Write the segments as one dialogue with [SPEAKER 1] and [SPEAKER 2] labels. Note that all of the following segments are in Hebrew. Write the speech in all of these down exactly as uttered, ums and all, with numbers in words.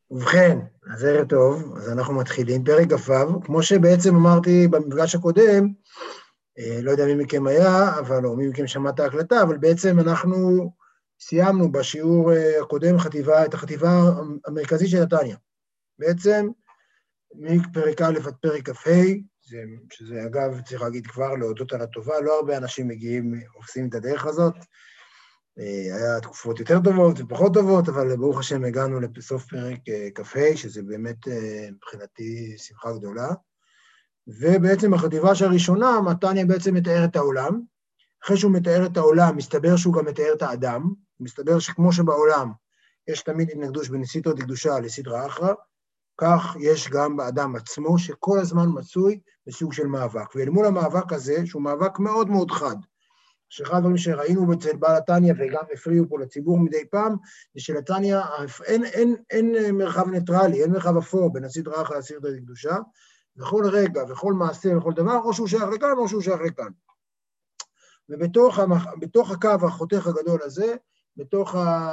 [SPEAKER 1] ובכן, אז ערב טוב, אז אנחנו מתחילים פרק כ"ו, כמו שבעצם אמרתי במפגש הקודם, אה, לא יודע מי מכם היה, אבל או מי מכם שמע את ההקלטה, אבל בעצם אנחנו סיימנו בשיעור אה, הקודם חטיבה, את החטיבה המרכזית של נתניה. בעצם מפרק א' עד פרק כ"ה, זה, שזה אגב צריך להגיד כבר להודות על הטובה, לא הרבה אנשים מגיעים, עושים את הדרך הזאת, היה תקופות יותר טובות ופחות טובות, אבל ברוך השם הגענו לסוף פרק כ"ה, שזה באמת מבחינתי שמחה גדולה. ובעצם החטיבה שהראשונה, מתניה בעצם מתאר את העולם. אחרי שהוא מתאר את העולם, מסתבר שהוא גם מתאר את האדם. מסתבר שכמו שבעולם יש תמיד התנגדות בין סטרא דקדושה לסטרא אחרא, כך יש גם באדם עצמו, שכל הזמן מצוי בסוג של מאבק. ואל מול המאבק הזה, שהוא מאבק מאוד מאוד חד, שאחד הדברים שראינו אצל בעל התניא, וגם הפריעו פה לציבור מדי פעם, זה שלתניא אין, אין, אין מרחב ניטרלי, אין מרחב אפור בין הסטרא אחרא לסטרא דקדושה, וכל רגע וכל מעשה וכל דבר, או שהוא שייך לכאן או שהוא שייך לכאן. ובתוך המח... בתוך הקו החותך הגדול הזה, בתוך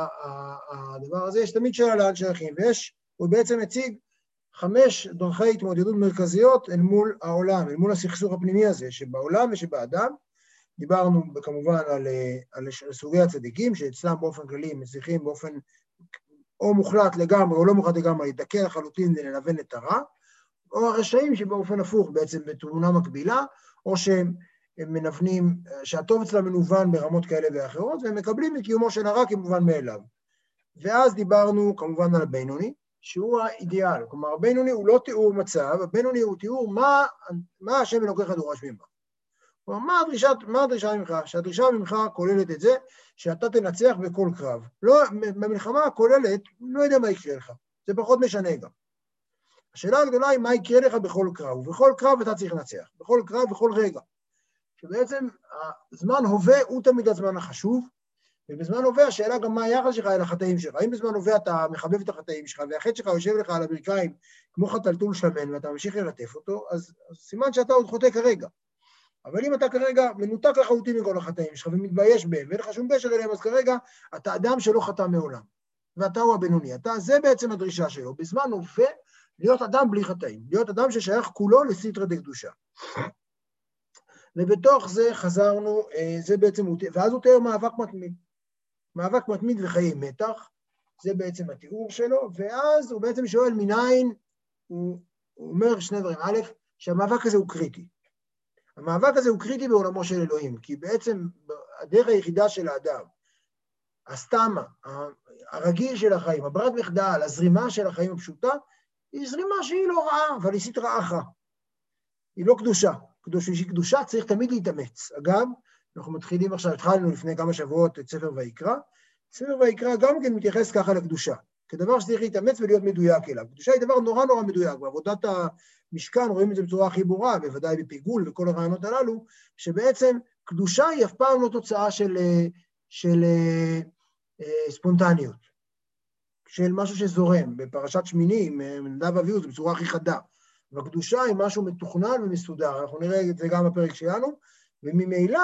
[SPEAKER 1] הדבר הזה, יש תמיד שאלה לאן שייכים, ויש, הוא בעצם מציג חמש דרכי התמודדות מרכזיות אל מול העולם, אל מול הסכסוך הפנימי הזה, שבעולם ושבאדם. דיברנו כמובן על, על סוגי הצדיקים, שאצלם באופן כללי מצליחים באופן או מוחלט לגמרי או לא מוחלט לגמרי, לדכא לחלוטין לנוון את הרע, או הרשעים שבאופן הפוך בעצם בתמונה מקבילה, או שהם מנוונים, שהטוב אצלם מנוון ברמות כאלה ואחרות, והם מקבלים את קיומו של הרע כמובן מאליו. ואז דיברנו כמובן על הבינוני, שהוא האידיאל, כלומר הבינוני הוא לא תיאור מצב, הבינוני הוא תיאור מה, מה השם אלוקיך דורש ממך. כלומר, מה הדרישה, מה הדרישה ממך? שהדרישה ממך כוללת את זה, שאתה תנצח בכל קרב. לא, במלחמה הכוללת, לא יודע מה יקרה לך, זה פחות משנה גם. השאלה הגדולה היא מה יקרה לך בכל קרב, ובכל קרב אתה צריך לנצח, בכל קרב, בכל רגע. שבעצם הזמן הווה הוא תמיד הזמן החשוב, ובזמן הווה השאלה גם מה היחס שלך אל החטאים שלך. אם בזמן הווה אתה מחבב את החטאים שלך, והחטא שלך יושב לך על הברכיים כמו חתלתול שמן, ואתה ממשיך ללטף אותו, אז, אז סימן שאתה עוד חוטא כרגע. אבל אם אתה כרגע מנותק לחלוטין מכל החטאים שלך ומתבייש בהם, ואין לך שום קשר אליהם, אז כרגע אתה אדם שלא חטא מעולם, ואתה הוא הבינוני. אתה, זה בעצם הדרישה שלו. בזמן הווה להיות אדם בלי חטאים, להיות אדם ששייך כולו לסטרא דקדושה. ובתוך זה חזרנו, זה בעצם, ואז הוא תיאר מאבק מתמיד. מאבק מתמיד וחיי מתח, זה בעצם התיאור שלו, ואז הוא בעצם שואל מניין, הוא, הוא אומר שני דברים. א', שהמאבק הזה הוא קריטי. המאבק הזה הוא קריטי בעולמו של אלוהים, כי בעצם הדרך היחידה של האדם, הסתמה, הרגיל של החיים, הברירת מחדל, הזרימה של החיים הפשוטה, היא זרימה שהיא לא רעה, אבל היא סטרא אחרא. היא לא קדושה. בשביל קדושה צריך תמיד להתאמץ. אגב, אנחנו מתחילים עכשיו, התחלנו לפני כמה שבועות את ספר ויקרא, ספר ויקרא גם כן מתייחס ככה לקדושה, כדבר שצריך להתאמץ ולהיות מדויק אליו. קדושה היא דבר נורא נורא מדויק, בעבודת המשכן רואים את זה בצורה הכי ברורה, בוודאי בפיגול וכל הרעיונות הללו, שבעצם קדושה היא אף פעם לא תוצאה של, של אה, ספונטניות, של משהו שזורם, בפרשת שמיני, נדב ואביהו, זה בצורה הכי חדה. והקדושה היא משהו מתוכנן ומסודר, אנחנו נראה את זה גם בפרק שלנו, וממילא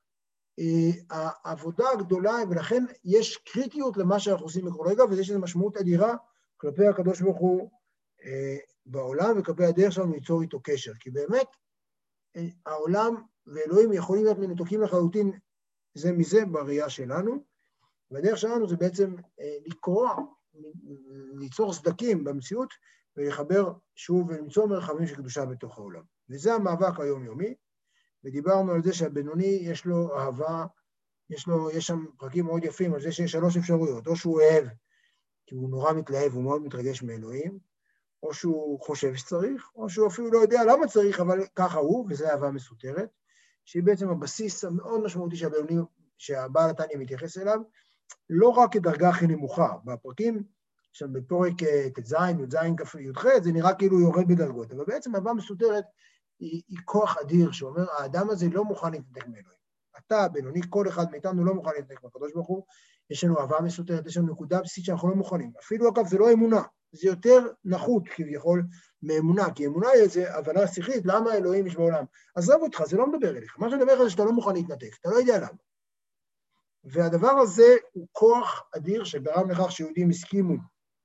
[SPEAKER 1] העבודה הגדולה, ולכן יש קריטיות למה שאנחנו עושים בכל רגע, ויש לזה משמעות אדירה כלפי הקדוש ברוך הוא בעולם, וכלפי הדרך שלנו ליצור איתו קשר, כי באמת העולם ואלוהים יכולים להיות מנותקים לחלוטין זה מזה בראייה שלנו, והדרך שלנו זה בעצם לקרוע, ליצור סדקים במציאות, ולחבר שוב ולמצוא מרחבים של קדושה בתוך העולם. וזה המאבק היומיומי, ודיברנו על זה שהבינוני יש לו אהבה, יש לו, יש שם פרקים מאוד יפים, על זה שיש שלוש אפשרויות, או שהוא אוהב, כי הוא נורא מתלהב, הוא מאוד מתרגש מאלוהים, או שהוא חושב שצריך, או שהוא אפילו לא יודע למה צריך, אבל ככה הוא, וזה אהבה מסותרת, שהיא בעצם הבסיס המאוד משמעותי שהבינוני, שהבעל התניא מתייחס אליו, לא רק כדרגה הכי נמוכה, בפרקים, שם בפרק ט"ז, י"ז, י"ח, זה נראה כאילו יורד בדרגות, אבל בעצם אהבה מסותרת היא, היא כוח אדיר, שאומר, האדם הזה לא מוכן להתנתק מאלוהים. אתה, בינוני, כל אחד מאיתנו לא מוכן להתנתק מהקדוש ברוך הוא, יש לנו אהבה מסותרת, יש לנו נקודה בסיסית שאנחנו לא מוכנים. אפילו אגב, זה לא אמונה, זה יותר נחות כביכול מאמונה, כי אמונה היא איזו הבנה שכלית, למה אלוהים יש בעולם. עזוב אותך, זה לא מדבר אליך. מה שאני מדבר על זה שאתה לא מוכן להתנתק, אתה לא יודע למה. והדבר הזה הוא כוח אדיר שגרם לכך שיהודים הסכימו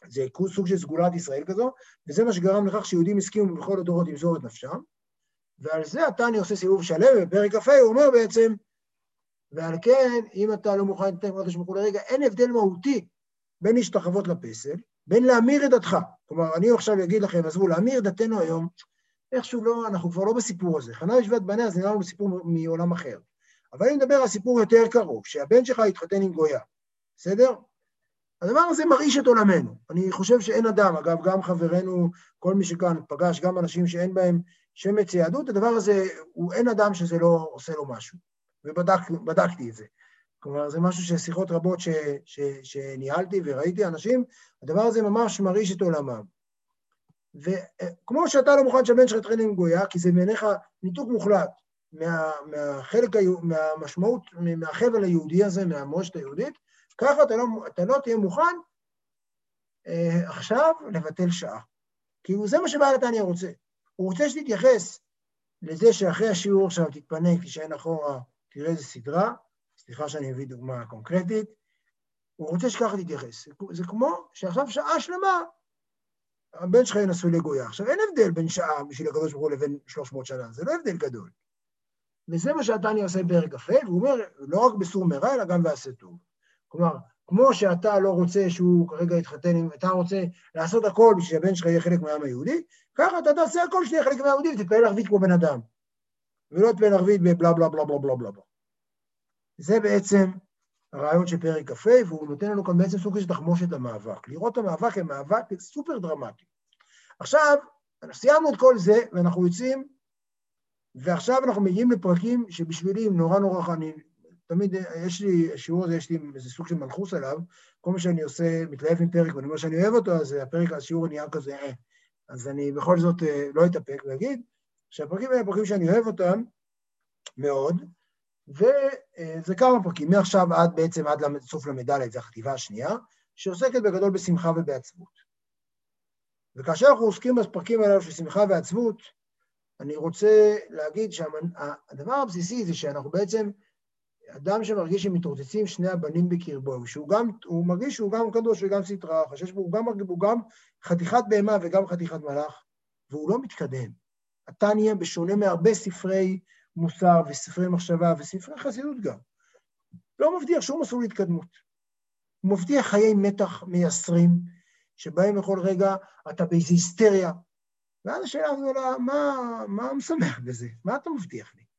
[SPEAKER 1] זה סוג של סגולת ישראל כזו, וזה מה שגרם לכך שיהודים הסכימו בכל הדורות למסור את נפשם, ועל זה התניא עושה סיבוב שלם, בפרק כ"ה הוא אומר בעצם, ועל כן, אם אתה לא מוכן לתת הקדוש ברוך הוא לרגע, אין הבדל מהותי בין להשתחוות לפסל, בין להמיר את דתך. כלומר, אני עכשיו אגיד לכם, עזבו, להמיר את דתנו היום, איכשהו לא, אנחנו כבר לא בסיפור הזה. חנה ושבט בניה זה נראה לנו בסיפור מעולם אחר. אבל אני מדבר על סיפור יותר קרוב, שהבן שלך יתחתן עם גויה, בסדר? הדבר הזה מרעיש את עולמנו. אני חושב שאין אדם, אגב, גם חברינו, כל מי שכאן פגש, גם אנשים שאין בהם שמץ יהדות, הדבר הזה, הוא אין אדם שזה לא עושה לו משהו. ובדקתי את זה. כלומר, זה משהו ששיחות רבות ש, ש, שניהלתי וראיתי אנשים, הדבר הזה ממש מרעיש את עולמם. וכמו שאתה לא מוכן שהבן שלך יתחתן עם גויה, כי זה בעיניך ניתוק מוחלט מה, מהחלק, מהמשמעות, מהחבל היהודי הזה, מהמורשת היהודית, ככה אתה לא, אתה לא תהיה מוכן אה, עכשיו לבטל שעה. כי זה מה שבעל התניא רוצה. הוא רוצה שתתייחס לזה שאחרי השיעור עכשיו תתפנק, תישען אחורה, תראה איזה סדרה, סליחה שאני מביא דוגמה קונקרטית, הוא רוצה שככה תתייחס. זה כמו שעכשיו שעה שלמה, הבן שלך ינסו לגויה. עכשיו אין הבדל בין שעה בשביל הקדוש ברוך הוא לבין שלוש מאות שנה, זה לא הבדל גדול. וזה מה שהתניא עושה בפרק כ"ה, והוא אומר, לא רק בסור מרע, אלא גם בעשה טוב. כלומר, כמו שאתה לא רוצה שהוא כרגע יתחתן, אם אתה רוצה לעשות הכל בשביל שהבן שלך יהיה חלק מהעם היהודי, ככה אתה תעשה הכל שתהיה חלק מהיהודי ותתפעל ערבית כמו בן אדם. ולא תתפעל ערבית בבלה בלה בלה בלה בלה בלה. זה בעצם הרעיון של פרק כ"ה, והוא נותן לנו כאן בעצם סוג של תחמושת למאבק. לראות את המאבק כמאבק סופר דרמטי. עכשיו, סיימנו את כל זה, ואנחנו יוצאים, ועכשיו אנחנו מגיעים לפרקים שבשבילי הם נורא נורא חנים. תמיד יש לי, השיעור הזה יש לי איזה סוג של מנחוס עליו, כל מה שאני עושה, מתלהב עם פרק, ואני אומר שאני אוהב אותו, אז הפרק, השיעור נהיה כזה, אה. אז אני בכל זאת לא אתאפק ואגיד, שהפרקים האלה פרקים שאני אוהב אותם מאוד, וזה כמה פרקים, מעכשיו עד בעצם עד לסוף למדלת, זה החטיבה השנייה, שעוסקת בגדול בשמחה ובעצבות. וכאשר אנחנו עוסקים בפרקים האלה של שמחה ועצבות, אני רוצה להגיד שהדבר הבסיסי זה שאנחנו בעצם, אדם שמרגיש שמתרוצצים שני הבנים בקרבו, שהוא גם, הוא מרגיש שהוא גם קדוש וגם סטרא, חשש בו, הוא גם, הוא גם חתיכת בהמה וגם חתיכת מלאך, והוא לא מתקדם. התניא, בשונה מהרבה ספרי מוסר וספרי מחשבה וספרי חסידות גם, לא מבטיח שום מסלול התקדמות. הוא מבטיח חיי מתח מייסרים, שבהם בכל רגע אתה באיזו היסטריה, ואז השאלה הזו, מה, מה משמח בזה? מה אתה מבטיח לי?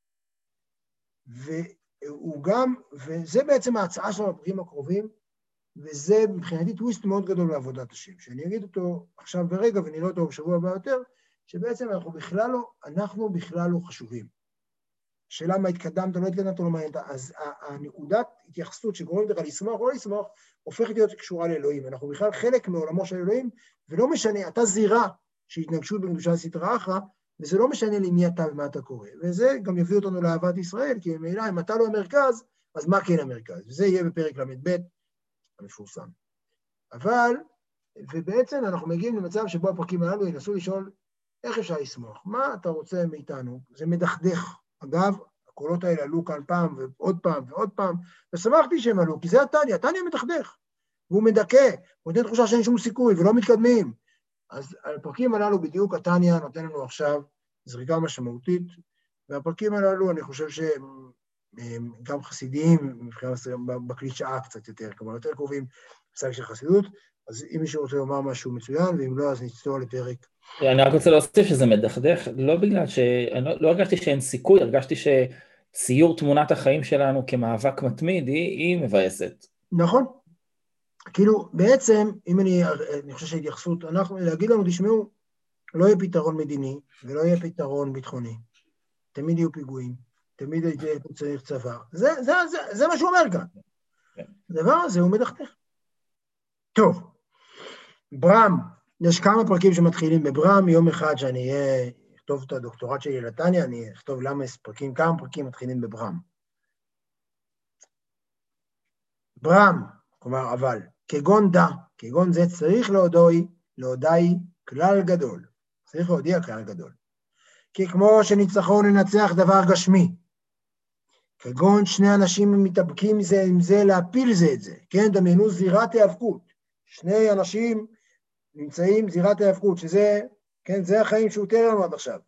[SPEAKER 1] והוא גם, וזה בעצם ההצעה של הפרקים הקרובים, וזה מבחינתי טוויסט מאוד גדול לעבודת השם, שאני אגיד אותו עכשיו ברגע ונראה אותו בשבוע הבא יותר, שבעצם אנחנו בכלל לא, אנחנו בכלל לא חשובים. שאלה מה התקדמת או לא התקדמת או לא מעניינת, אז הנקודת התייחסות שגורמת לך לשמוח או לא לשמוח, הופכת להיות קשורה לאלוהים. אנחנו בכלל חלק מעולמו של אלוהים, ולא משנה, אתה זירה שהתנגשות בקדושת סטרא אחרא, וזה לא משנה לי מי אתה ומה אתה קורא. וזה גם יביא אותנו לאהבת ישראל, כי ממילא, אם אתה לא המרכז, אז מה כן המרכז? וזה יהיה בפרק למד ב' המפורסם. אבל, ובעצם אנחנו מגיעים למצב שבו הפרקים הללו ינסו לשאול, איך אפשר לשמוח? מה אתה רוצה מאיתנו? זה מדכדך. אגב, הקולות האלה עלו כאן פעם ועוד פעם ועוד פעם, ושמחתי שהם עלו, כי זה התניא, התניא מדכדך, והוא מדכא, הוא נותן תחושה שאין שום סיכוי ולא מתקדמים. אז הפרקים הללו בדיוק התניא נותן לנו עכשיו זריקה משמעותית, והפרקים הללו אני חושב שהם גם חסידיים, בקלישאה קצת יותר, כלומר יותר קרובים פסק של חסידות, אז אם מישהו רוצה לומר משהו מצוין, ואם לא, אז נצטור לפרק.
[SPEAKER 2] אני רק רוצה להוסיף שזה מדכדך, לא בגלל ש... אני לא, לא הרגשתי שאין סיכוי, הרגשתי שציור תמונת החיים שלנו כמאבק מתמיד, היא, היא מבאסת.
[SPEAKER 1] נכון. כאילו, בעצם, אם אני, אני חושב שההתייחסות, אנחנו, להגיד לנו, תשמעו, לא יהיה פתרון מדיני, ולא יהיה פתרון ביטחוני. תמיד יהיו פיגועים, תמיד יהיה צריך צבא. זה, זה, זה, זה מה שהוא אומר כאן. הדבר הזה הוא מדכדך. טוב, ברם, יש כמה פרקים שמתחילים בברם, יום אחד שאני אהיה, אכתוב את הדוקטורט שלי לתניא, אני אכתוב למה פרקים, כמה פרקים מתחילים בברם. ברם, כלומר אבל, כגון דה, כגון זה צריך להודוי, להודאי כלל גדול, צריך להודיע כלל גדול. כי כמו שניצחון לנצח דבר גשמי, כגון שני אנשים מתאבקים זה עם זה להפיל זה את זה, כן, דמיינו זירת היאבקות, שני אנשים נמצאים זירת ההפקות, שזה, כן, זה החיים שהוא תיאר לנו עד עכשיו.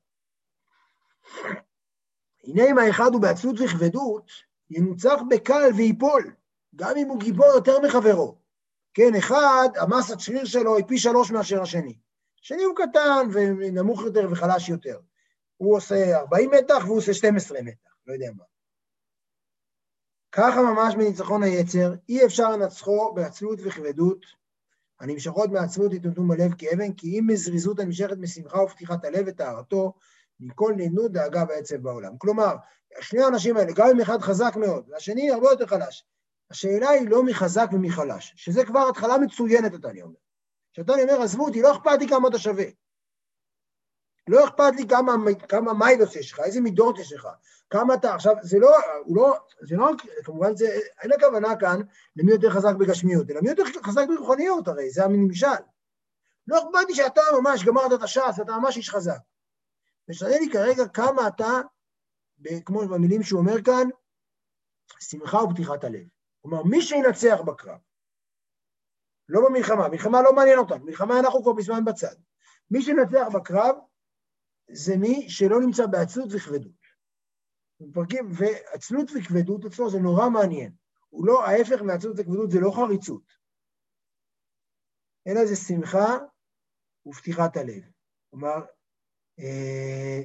[SPEAKER 1] הנה אם האחד הוא בעצלות וכבדות, ינוצח בקל ויפול, גם אם הוא גיבור יותר מחברו. כן, אחד, המסת שריר שלו היא פי שלוש מאשר השני. השני הוא קטן ונמוך יותר וחלש יותר. הוא עושה ארבעים מתח והוא עושה שתים עשרה מתח, לא יודע מה. ככה ממש בניצחון היצר, אי אפשר לנצחו בעצלות וכבדות, הנמשכות מעצמות יטומטום הלב כאבן, כי אם מזריזות הנמשכת משמחה ופתיחת הלב וטהרתו, מכל נדנות דאגה ועצב בעולם. כלומר, שני האנשים האלה, גם אם אחד חזק מאוד, והשני הרבה יותר חלש, השאלה היא לא מי חזק ומי חלש, שזה כבר התחלה מצוינת, אתה אני אומר. שאתה אני אומר, עזבו אותי, לא אכפת לי כמה אתה שווה. לא אכפת לי כמה, כמה מיילוס יש לך, איזה מידות יש לך, כמה אתה, עכשיו, זה לא, הוא לא, זה לא, כמובן, זה, אין הכוונה כאן למי יותר חזק בגשמיות, אלא מי יותר חזק ברוחניות, הרי, זה הממשל. לא אכפת לי שאתה ממש גמרת את הש"ס, אתה ממש איש חזק. משנה לי כרגע כמה אתה, כמו במילים שהוא אומר כאן, שמחה ופתיחת הלב. כלומר, מי שינצח בקרב, לא במלחמה, מלחמה לא מעניין אותנו, מלחמה אנחנו כבר בזמן בצד. מי שנצח בקרב, זה מי שלא נמצא בעצלות וכבדות. ועצלות וכבדות אצלו זה נורא מעניין. הוא לא, ההפך מעצלות וכבדות זה לא חריצות, אלא זה שמחה ופתיחת הלב. כלומר, אה,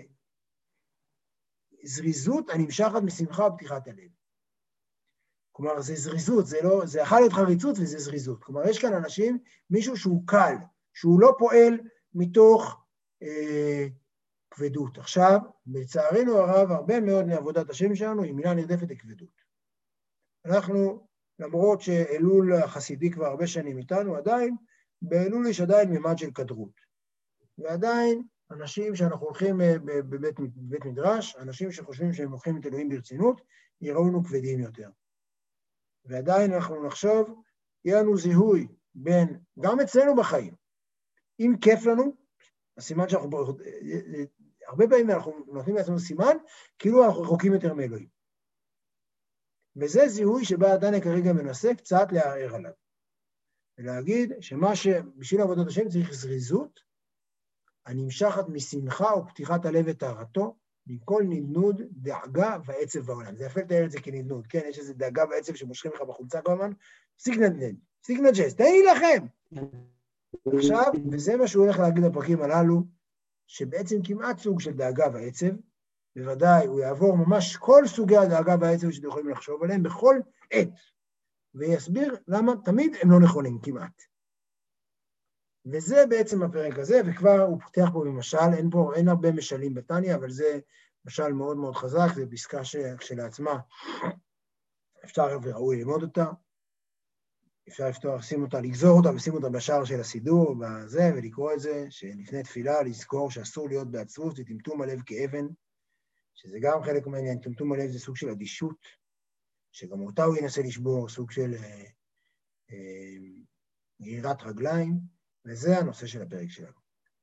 [SPEAKER 1] זריזות הנמשכת משמחה ופתיחת הלב. כלומר, זה זריזות, זה לא, זה יכול להיות חריצות וזה זריזות. כלומר, יש כאן אנשים, מישהו שהוא קל, שהוא לא פועל מתוך אה, כבדות. עכשיו, בצערנו הרב, הרבה מאוד מעבודת השם שלנו היא מילה נרדפת לכבדות. אנחנו, למרות שאלול החסידי כבר הרבה שנים איתנו, עדיין, באלול יש עדיין ממד של כדרות. ועדיין, אנשים שאנחנו הולכים בבית, בבית מדרש, אנשים שחושבים שהם הולכים את אלוהים ברצינות, יראונו כבדים יותר. ועדיין אנחנו נחשוב, יהיה לנו זיהוי בין, גם אצלנו בחיים, אם כיף לנו, הסימן שאנחנו, הרבה פעמים אנחנו נותנים לעצמנו סימן, כאילו אנחנו רחוקים יותר מאלוהים. וזה זיהוי שבה הדנה כרגע מנסה קצת לערער עליו. ולהגיד שמה שבשביל עבודת השם צריך זריזות, הנמשכת משמחה ופתיחת הלב וטהרתו, מכל נדנוד, דאגה ועצב בעולם. זה יפה לתאר את זה כנדנוד, כן? יש איזה דאגה ועצב שמושכים לך בחולצה כל הזמן, פסיק נדנד, פסיק נג'ס, תן לי לכם! עכשיו, וזה מה שהוא הולך להגיד בפרקים הללו, שבעצם כמעט סוג של דאגה ועצב, בוודאי הוא יעבור ממש כל סוגי הדאגה והעצב שאתם יכולים לחשוב עליהם בכל עת, ויסביר למה תמיד הם לא נכונים כמעט. וזה בעצם הפרק הזה, וכבר הוא פותח פה במשל, אין פה, אין הרבה משלים בתניא, אבל זה משל מאוד מאוד חזק, זה פסקה שלעצמה אפשר וראוי ללמוד אותה, אפשר לפתוח, לשים אותה, לגזור אותה ושים אותה בשער של הסידור, בזה, ולקרוא את זה, שלפני תפילה לזכור שאסור להיות בעצבות, זה טמטום הלב כאבן, שזה גם חלק מהעניין, טמטום הלב זה סוג של אדישות, שגם אותה הוא ינסה לשבור, סוג של אה, אה, גרירת רגליים, וזה הנושא של הפרק שלנו.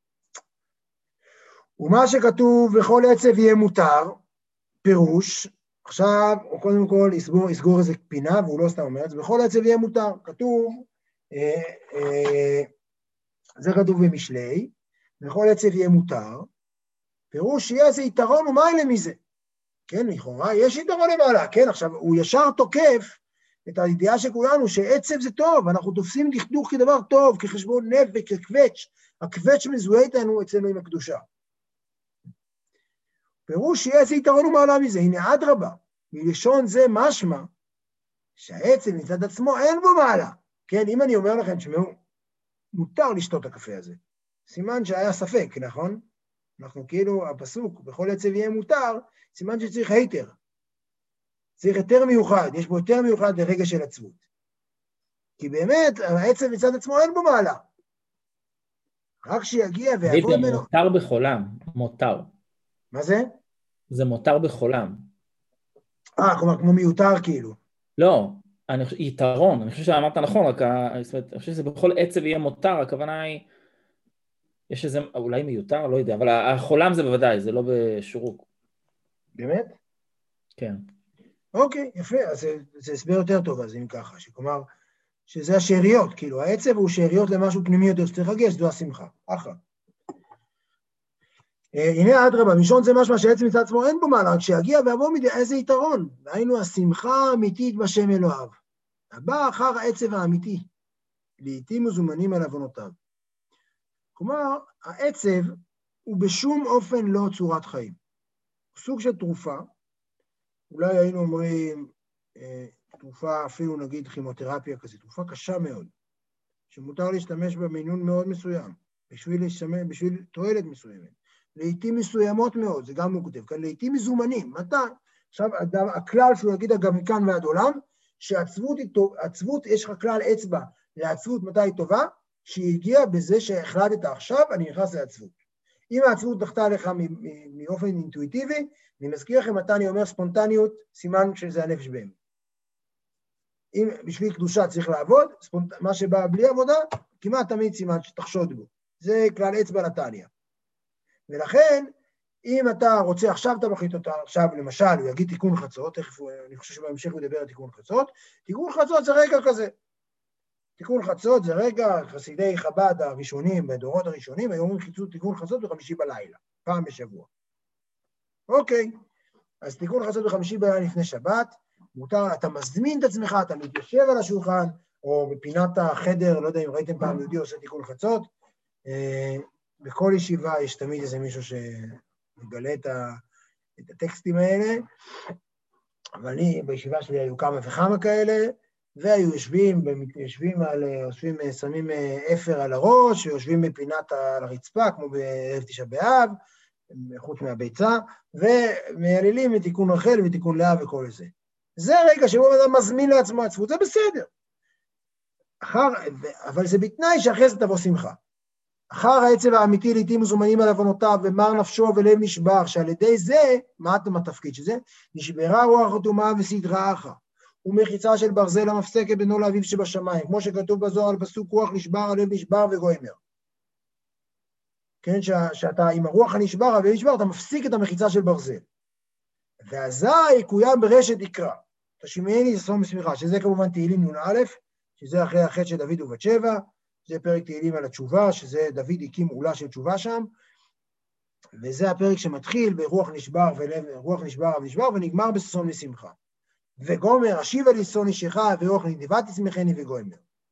[SPEAKER 1] ומה שכתוב, בכל עצב יהיה מותר, פירוש, עכשיו, הוא קודם כל יסגור, יסגור איזה פינה, והוא לא סתם אומר את זה, בכל עצב יהיה מותר, כתוב, אה, אה, זה כתוב במשלי, בכל עצב יהיה מותר, פירוש שיהיה איזה יתרון ומעלה מזה, כן, לכאורה, יש יתרון למעלה, כן, עכשיו, הוא ישר תוקף, את הידיעה שכולנו, שעצב זה טוב, אנחנו תופסים דכדוך כדבר טוב, כחשבון נפש, כקווץ', הקווץ' מזוהה איתנו אצלנו עם הקדושה. פירוש שיהיה איזה יתרון ומעלה מזה, הנה עד רבה, מלשון זה משמע, שהעצב מצד עצמו אין בו מעלה. כן, אם אני אומר לכם שמעו, מותר לשתות את הקפה הזה, סימן שהיה ספק, נכון? אנחנו כאילו, הפסוק, בכל עצב יהיה מותר, סימן שצריך היתר. צריך יותר מיוחד, יש בו יותר מיוחד לרגע של עצבות. כי באמת, העצב מצד עצמו אין בו מעלה. רק שיגיע ויעבור ממנו...
[SPEAKER 2] זה מותר בחולם, מותר.
[SPEAKER 1] מה זה?
[SPEAKER 2] זה מותר בחולם.
[SPEAKER 1] אה, כלומר, כמו מיותר כאילו.
[SPEAKER 2] לא, אני חושב, יתרון, אני חושב שאמרת נכון, רק, אני חושב שזה בכל עצב יהיה מותר, הכוונה היא, יש איזה, אולי מיותר, לא יודע, אבל החולם זה בוודאי, זה לא בשורוק.
[SPEAKER 1] באמת?
[SPEAKER 2] כן.
[SPEAKER 1] אוקיי, יפה, אז זה, זה הסבר יותר טוב, אז אם ככה, שכלומר, שזה השאריות, כאילו, העצב הוא שאריות למשהו פנימי יותר שצריך לגש, זו השמחה, אחלה. הנה אדרבה, ראשון זה משמע שהעצב מצד עצמו אין בו מעלה, רק שיגיע ויבוא מדי איזה יתרון, והיינו השמחה האמיתית בשם אלוהיו. הבא אחר העצב האמיתי, לעתים מזומנים על עוונותיו. כלומר, העצב הוא בשום אופן לא צורת חיים. סוג של תרופה, אולי היינו אומרים, תרופה אפילו נגיד כימותרפיה כזאת, תרופה קשה מאוד, שמותר להשתמש במינון מאוד מסוים, בשביל, להשתמש, בשביל תועלת מסוימת. לעתים מסוימות מאוד, זה גם הוא כותב, כאן לעתים מזומנים, מתי? עכשיו, הכלל שהוא יגיד אגב מכאן ועד עולם, שעצבות היא טוב, עצבות, יש לך כלל אצבע לעצבות מתי היא טובה, שהיא הגיעה בזה שהחלטת עכשיו, אני נכנס לעצבות. אם העצבות דחתה עליך מאופן אינטואיטיבי, אני מזכיר לכם מתי אני אומר ספונטניות, סימן שזה הנפש בהם. אם בשביל קדושה צריך לעבוד, ספונט... מה שבא בלי עבודה, כמעט תמיד סימן שתחשוד בו. זה כלל אצבע נתניה. ולכן, אם אתה רוצה עכשיו, אתה מחליט אותה עכשיו, למשל, הוא יגיד תיקון חצות, תכף אני חושב שבהמשך הוא ידבר על תיקון חצות, תיקון חצות זה רגע כזה. תיקון חצות זה רגע, חסידי חב"ד הראשונים, בדורות הראשונים, היו אומרים חיצות תיקון חצות בחמישי בלילה, פעם בשבוע. אוקיי, אז תיקון חצות בחמישי בלילה לפני שבת, מותר, אתה מזמין את עצמך, אתה מתיישב על השולחן, או בפינת החדר, לא יודע אם ראיתם פעם יהודי עושה תיקון חצות, בכל ישיבה יש תמיד איזה מישהו שמגלה את, ה, את הטקסטים האלה, אבל אני, בישיבה שלי היו כמה וכמה כאלה, והיו יושבים, יושבים על, יושבים, שמים אפר על הראש, ויושבים בפינת על הרצפה, כמו בערב תשעה באב, חוץ מהביצה, ומיילילים את תיקון רחל ותיקון לאה וכל זה. זה הרגע שבו אדם מזמין לעצמו עצבות, זה בסדר. אחר, אבל זה בתנאי שאחרי זה תבוא שמחה. אחר העצב האמיתי לעתים מזומנים על עוונותיו, ומר נפשו ולב נשבר, שעל ידי זה, מה אתם התפקיד שזה? נשברה רוח חתומה וסדרה אחת. ומחיצה של ברזל המפסקת בינו לאביו שבשמיים, כמו שכתוב בזוהר על פסוק רוח נשבר, הלב נשבר וגוימר. כן, ש- שאתה עם הרוח הנשבר, הלב נשבר, אתה מפסיק את המחיצה של ברזל. והזי יקוים ברשת יקרא. תשמעני ששום בשמחה, שזה כמובן תהילים נ"א, שזה אחרי החטא של דוד ובת שבע, זה פרק תהילים על התשובה, שזה דוד הקים עולה של תשובה שם, וזה הפרק שמתחיל ברוח נשבר ולב, רוח נשבר ונשבר, ונגמר בששון ושמחה. וגומר, השיבה לי שון אישך, ואוך נדיבת תשמחני וגומר.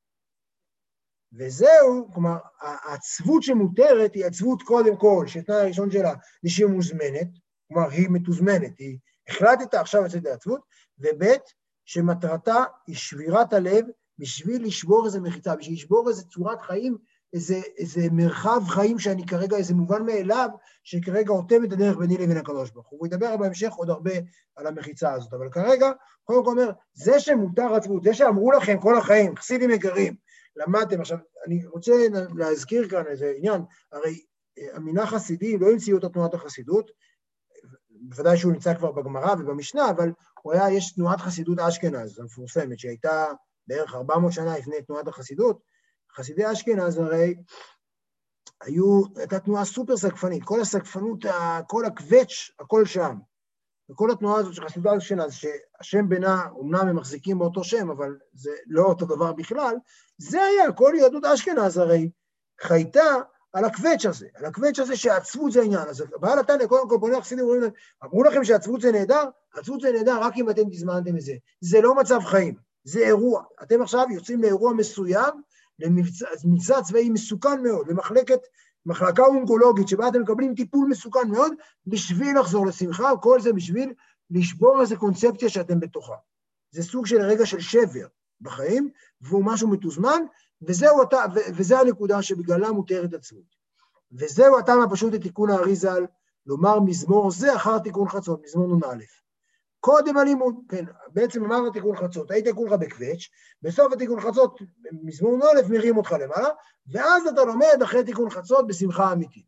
[SPEAKER 1] וזהו, כלומר, העצבות שמותרת היא עצבות קודם כל, שתנאי הראשון שלה היא שהיא מוזמנת, כלומר, היא מתוזמנת, היא החלטת עכשיו לצאת לעצבות, וב' שמטרתה היא שבירת הלב, בשביל לשבור איזה מחיצה, בשביל לשבור איזה צורת חיים, איזה, איזה מרחב חיים שאני כרגע, איזה מובן מאליו, שכרגע עוטם את הדרך ביני לבין הקדוש ברוך הוא. הוא ידבר בהמשך עוד הרבה על המחיצה הזאת, אבל כרגע, קודם כל אומר, זה שמותר עצבות, זה שאמרו לכם כל החיים, חסידים יקרים, למדתם, עכשיו, אני רוצה להזכיר כאן איזה עניין, הרי המילה חסידי לא המציאו את תנועת החסידות, בוודאי שהוא נמצא כבר בגמרא ובמשנה, אבל הוא היה, יש תנועת חסידות אשכנז, המפורסמת, שהייתה בערך ארבע מאות שנה לפני תנועת החסידות. חסידי אשכנז הרי היו, הייתה תנועה סופר סקפנית, כל הסקפנות, כל הקווץ', הכל שם. וכל התנועה הזאת של חסידי אשכנז, שהשם בינה, אומנם הם מחזיקים באותו שם, אבל זה לא אותו דבר בכלל, זה היה, כל יהדות אשכנז הרי חייתה על הקווץ' הזה, על הקווץ' הזה שעצבות זה העניין. אז בעל התניא, קודם כל פונה החסידים, אמרו לכם שעצבות זה נהדר, עצבות זה נהדר רק אם אתם תזמנתם את זה. זה לא מצב חיים, זה אירוע. אתם עכשיו יוצאים לאירוע מסוים, למבצע צבאי מסוכן מאוד, למחלקת, מחלקה אונקולוגית, שבה אתם מקבלים טיפול מסוכן מאוד, בשביל לחזור לשמחה, וכל זה בשביל לשבור איזו קונספציה שאתם בתוכה. זה סוג של רגע של שבר בחיים, והוא משהו מתוזמן, וזהו אתה, וזה הנקודה שבגללה מותרת עצבות. וזהו הטעם הפשוט לתיקון האריז"ל, לומר מזמור זה אחר תיקון חצות, מזמור נ"א. קודם הלימוד, כן, בעצם אמרת תיקון חצות, היית כולך בקווץ', בסוף התיקון חצות, מזמור נ"א מרים אותך למעלה, ואז אתה לומד אחרי תיקון חצות בשמחה אמיתית.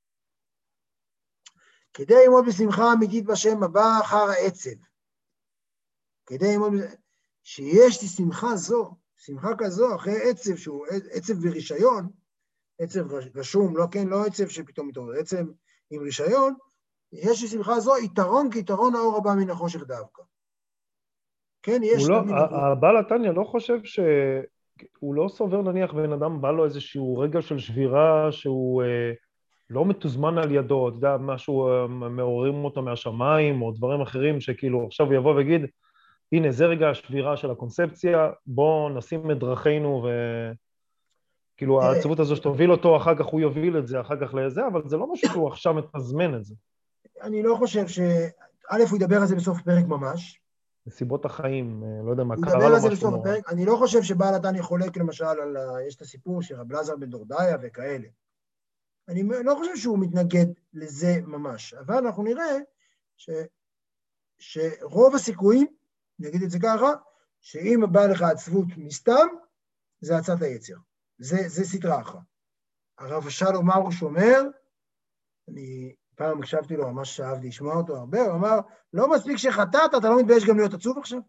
[SPEAKER 1] כדי ללמוד בשמחה אמיתית בשם הבא אחר העצב, כדי ללמוד שיש לי שמחה זו, שמחה כזו אחרי עצב שהוא עצב ברישיון, עצב רשום, לא כן, לא עצב שפתאום מתעורר, עצב עם רישיון, יש לי שמחה זו יתרון כיתרון האור הבא מן החושך דווקא. כן, יש...
[SPEAKER 3] לא, הבעל התניא לא חושב ש... הוא לא סובר נניח בן אדם בא לו איזשהו רגע של שבירה שהוא אה, לא מתוזמן על ידו, אתה יודע, משהו אה, מעוררים אותו מהשמיים או דברים אחרים שכאילו עכשיו הוא יבוא ויגיד, הנה זה רגע השבירה של הקונספציה, בוא נשים את דרכינו וכאילו העצבות הזו שתוביל אותו, אחר כך הוא יוביל את זה, אחר כך לזה, אבל זה לא משהו שהוא עכשיו מתזמן את זה.
[SPEAKER 1] אני לא חושב ש... א', הוא ידבר על זה בסוף פרק ממש.
[SPEAKER 3] נסיבות החיים, לא יודע מה,
[SPEAKER 1] הוא
[SPEAKER 3] קרה
[SPEAKER 1] ידבר
[SPEAKER 3] לו
[SPEAKER 1] על זה
[SPEAKER 3] משהו
[SPEAKER 1] בסוף
[SPEAKER 3] נורא.
[SPEAKER 1] הפרק. אני לא חושב שבעל התניא חולק למשל על... יש את הסיפור של רב אלעזר בן דורדיא וכאלה. אני לא חושב שהוא מתנגד לזה ממש, אבל אנחנו נראה ש... שרוב הסיכויים, נגיד את זה ככה, שאם בא לך עצבות מסתם, זה עצת היצר. זה, זה סדרה אחת. הרב שלום מרוש אומר, אני פעם הקשבתי לו, ממש אהבתי לשמוע אותו הרבה, הוא אמר, לא מספיק שחטאת, אתה לא מתבייש גם להיות עצוב עכשיו?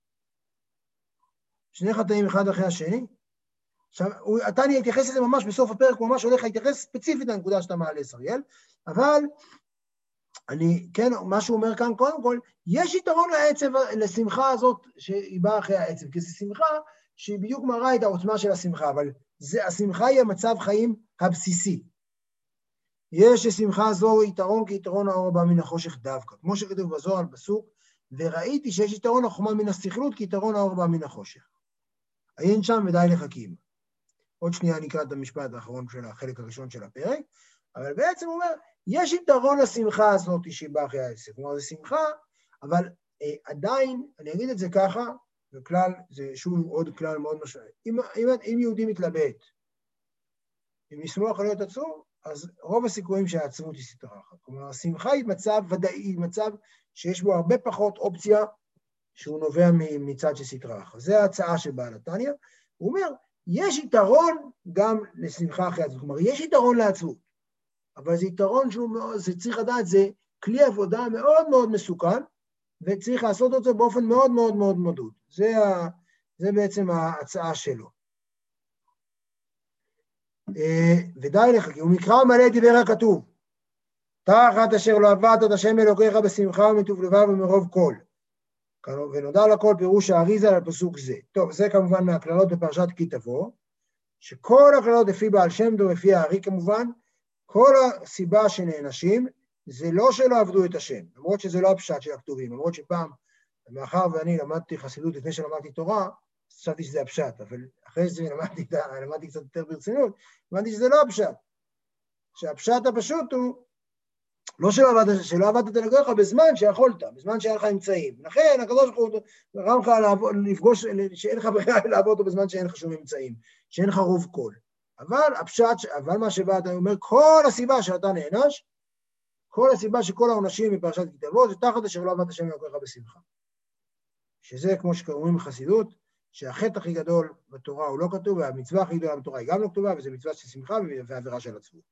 [SPEAKER 1] שני חטאים אחד אחרי השני? עכשיו, אתה אני אתייחס לזה ממש בסוף הפרק, הוא ממש הולך להתייחס ספציפית לנקודה שאתה מעלה, סריאל, אבל אני, כן, מה שהוא אומר כאן, קודם כל, יש יתרון לעצב, לשמחה הזאת שהיא באה אחרי העצב, כי זו שמחה שהיא בדיוק מראה את העוצמה של השמחה, אבל זה, השמחה היא המצב חיים הבסיסי. יש לשמחה זו יתרון כיתרון האור הבא מן החושך דווקא, כמו שכתוב בזוהר על פסוק, וראיתי שיש יתרון החומה מן הסכלות כיתרון האור הבא מן החושך. עיין שם ודי לחכים. עוד שנייה נקרא את המשפט האחרון של החלק הראשון של הפרק, אבל בעצם הוא אומר, יש יתרון לשמחה הזאת שהיא באה אחרי העצב. כלומר, זה שמחה, אבל אה, עדיין, אני אגיד את זה ככה, וכלל, זה שוב עוד כלל מאוד משמעותי. אם, אם, אם יהודי מתלבט, אם ישמוח על להיות עצוב, אז רוב הסיכויים שהעצבות היא סדרה אחת. כלומר, השמחה היא מצב ודאי, היא מצב שיש בו הרבה פחות אופציה שהוא נובע מצד של סדרה אחת. זו ההצעה של בעל התניא. הוא אומר, יש יתרון גם לשמחה אחרי עצבות. כלומר, יש יתרון לעצבות, אבל זה יתרון שהוא מאוד, זה צריך לדעת, זה כלי עבודה מאוד מאוד מסוכן, וצריך לעשות את זה באופן מאוד מאוד מאוד מדוד. זה, ה, זה בעצם ההצעה שלו. ודי לך, כי הוא מקרא מלא דיבר הכתוב, תחת אשר לא עבדת את השם אלוקיך בשמחה ומטוב לבב ומרוב כל. ונודע לכל פירוש האריזה על פסוק זה. טוב, זה כמובן מהכללות בפרשת כי תבוא, שכל הכללות לפי בעל שם טוב, לפי הארי כמובן, כל הסיבה שנענשים, זה לא שלא עבדו את השם, למרות שזה לא הפשט של הכתובים, למרות שפעם, מאחר ואני למדתי חסידות לפני שלמדתי תורה, חשבתי שזה הפשט, אבל אחרי זה למדתי, למדתי קצת יותר ברצינות, למדתי שזה לא הפשט. שהפשט הפשוט הוא, לא שלא עבדת, שלא עבדת את אלוקיך בזמן שיכולת, בזמן שהיה לך אמצעים. לכן הקדוש ברוך הוא גרם לך לפגוש, שאין לך ברירה לעבוד אותו בזמן שאין לך שום אמצעים, שאין לך רוב קול. אבל הפשט, אבל מה שבא אתה אומר, כל הסיבה שאתה נענש, כל הסיבה שכל העונשים מפרשת כי תבוא, זה תחת אשר לא עבדת השם אלוקיך בשמחה. שזה כמו שקוראים בחסידות, שהחטא הכי גדול בתורה הוא לא כתוב, והמצווה הכי גדולה בתורה היא גם לא כתובה, וזה מצווה של שמחה ועבירה של עצבות.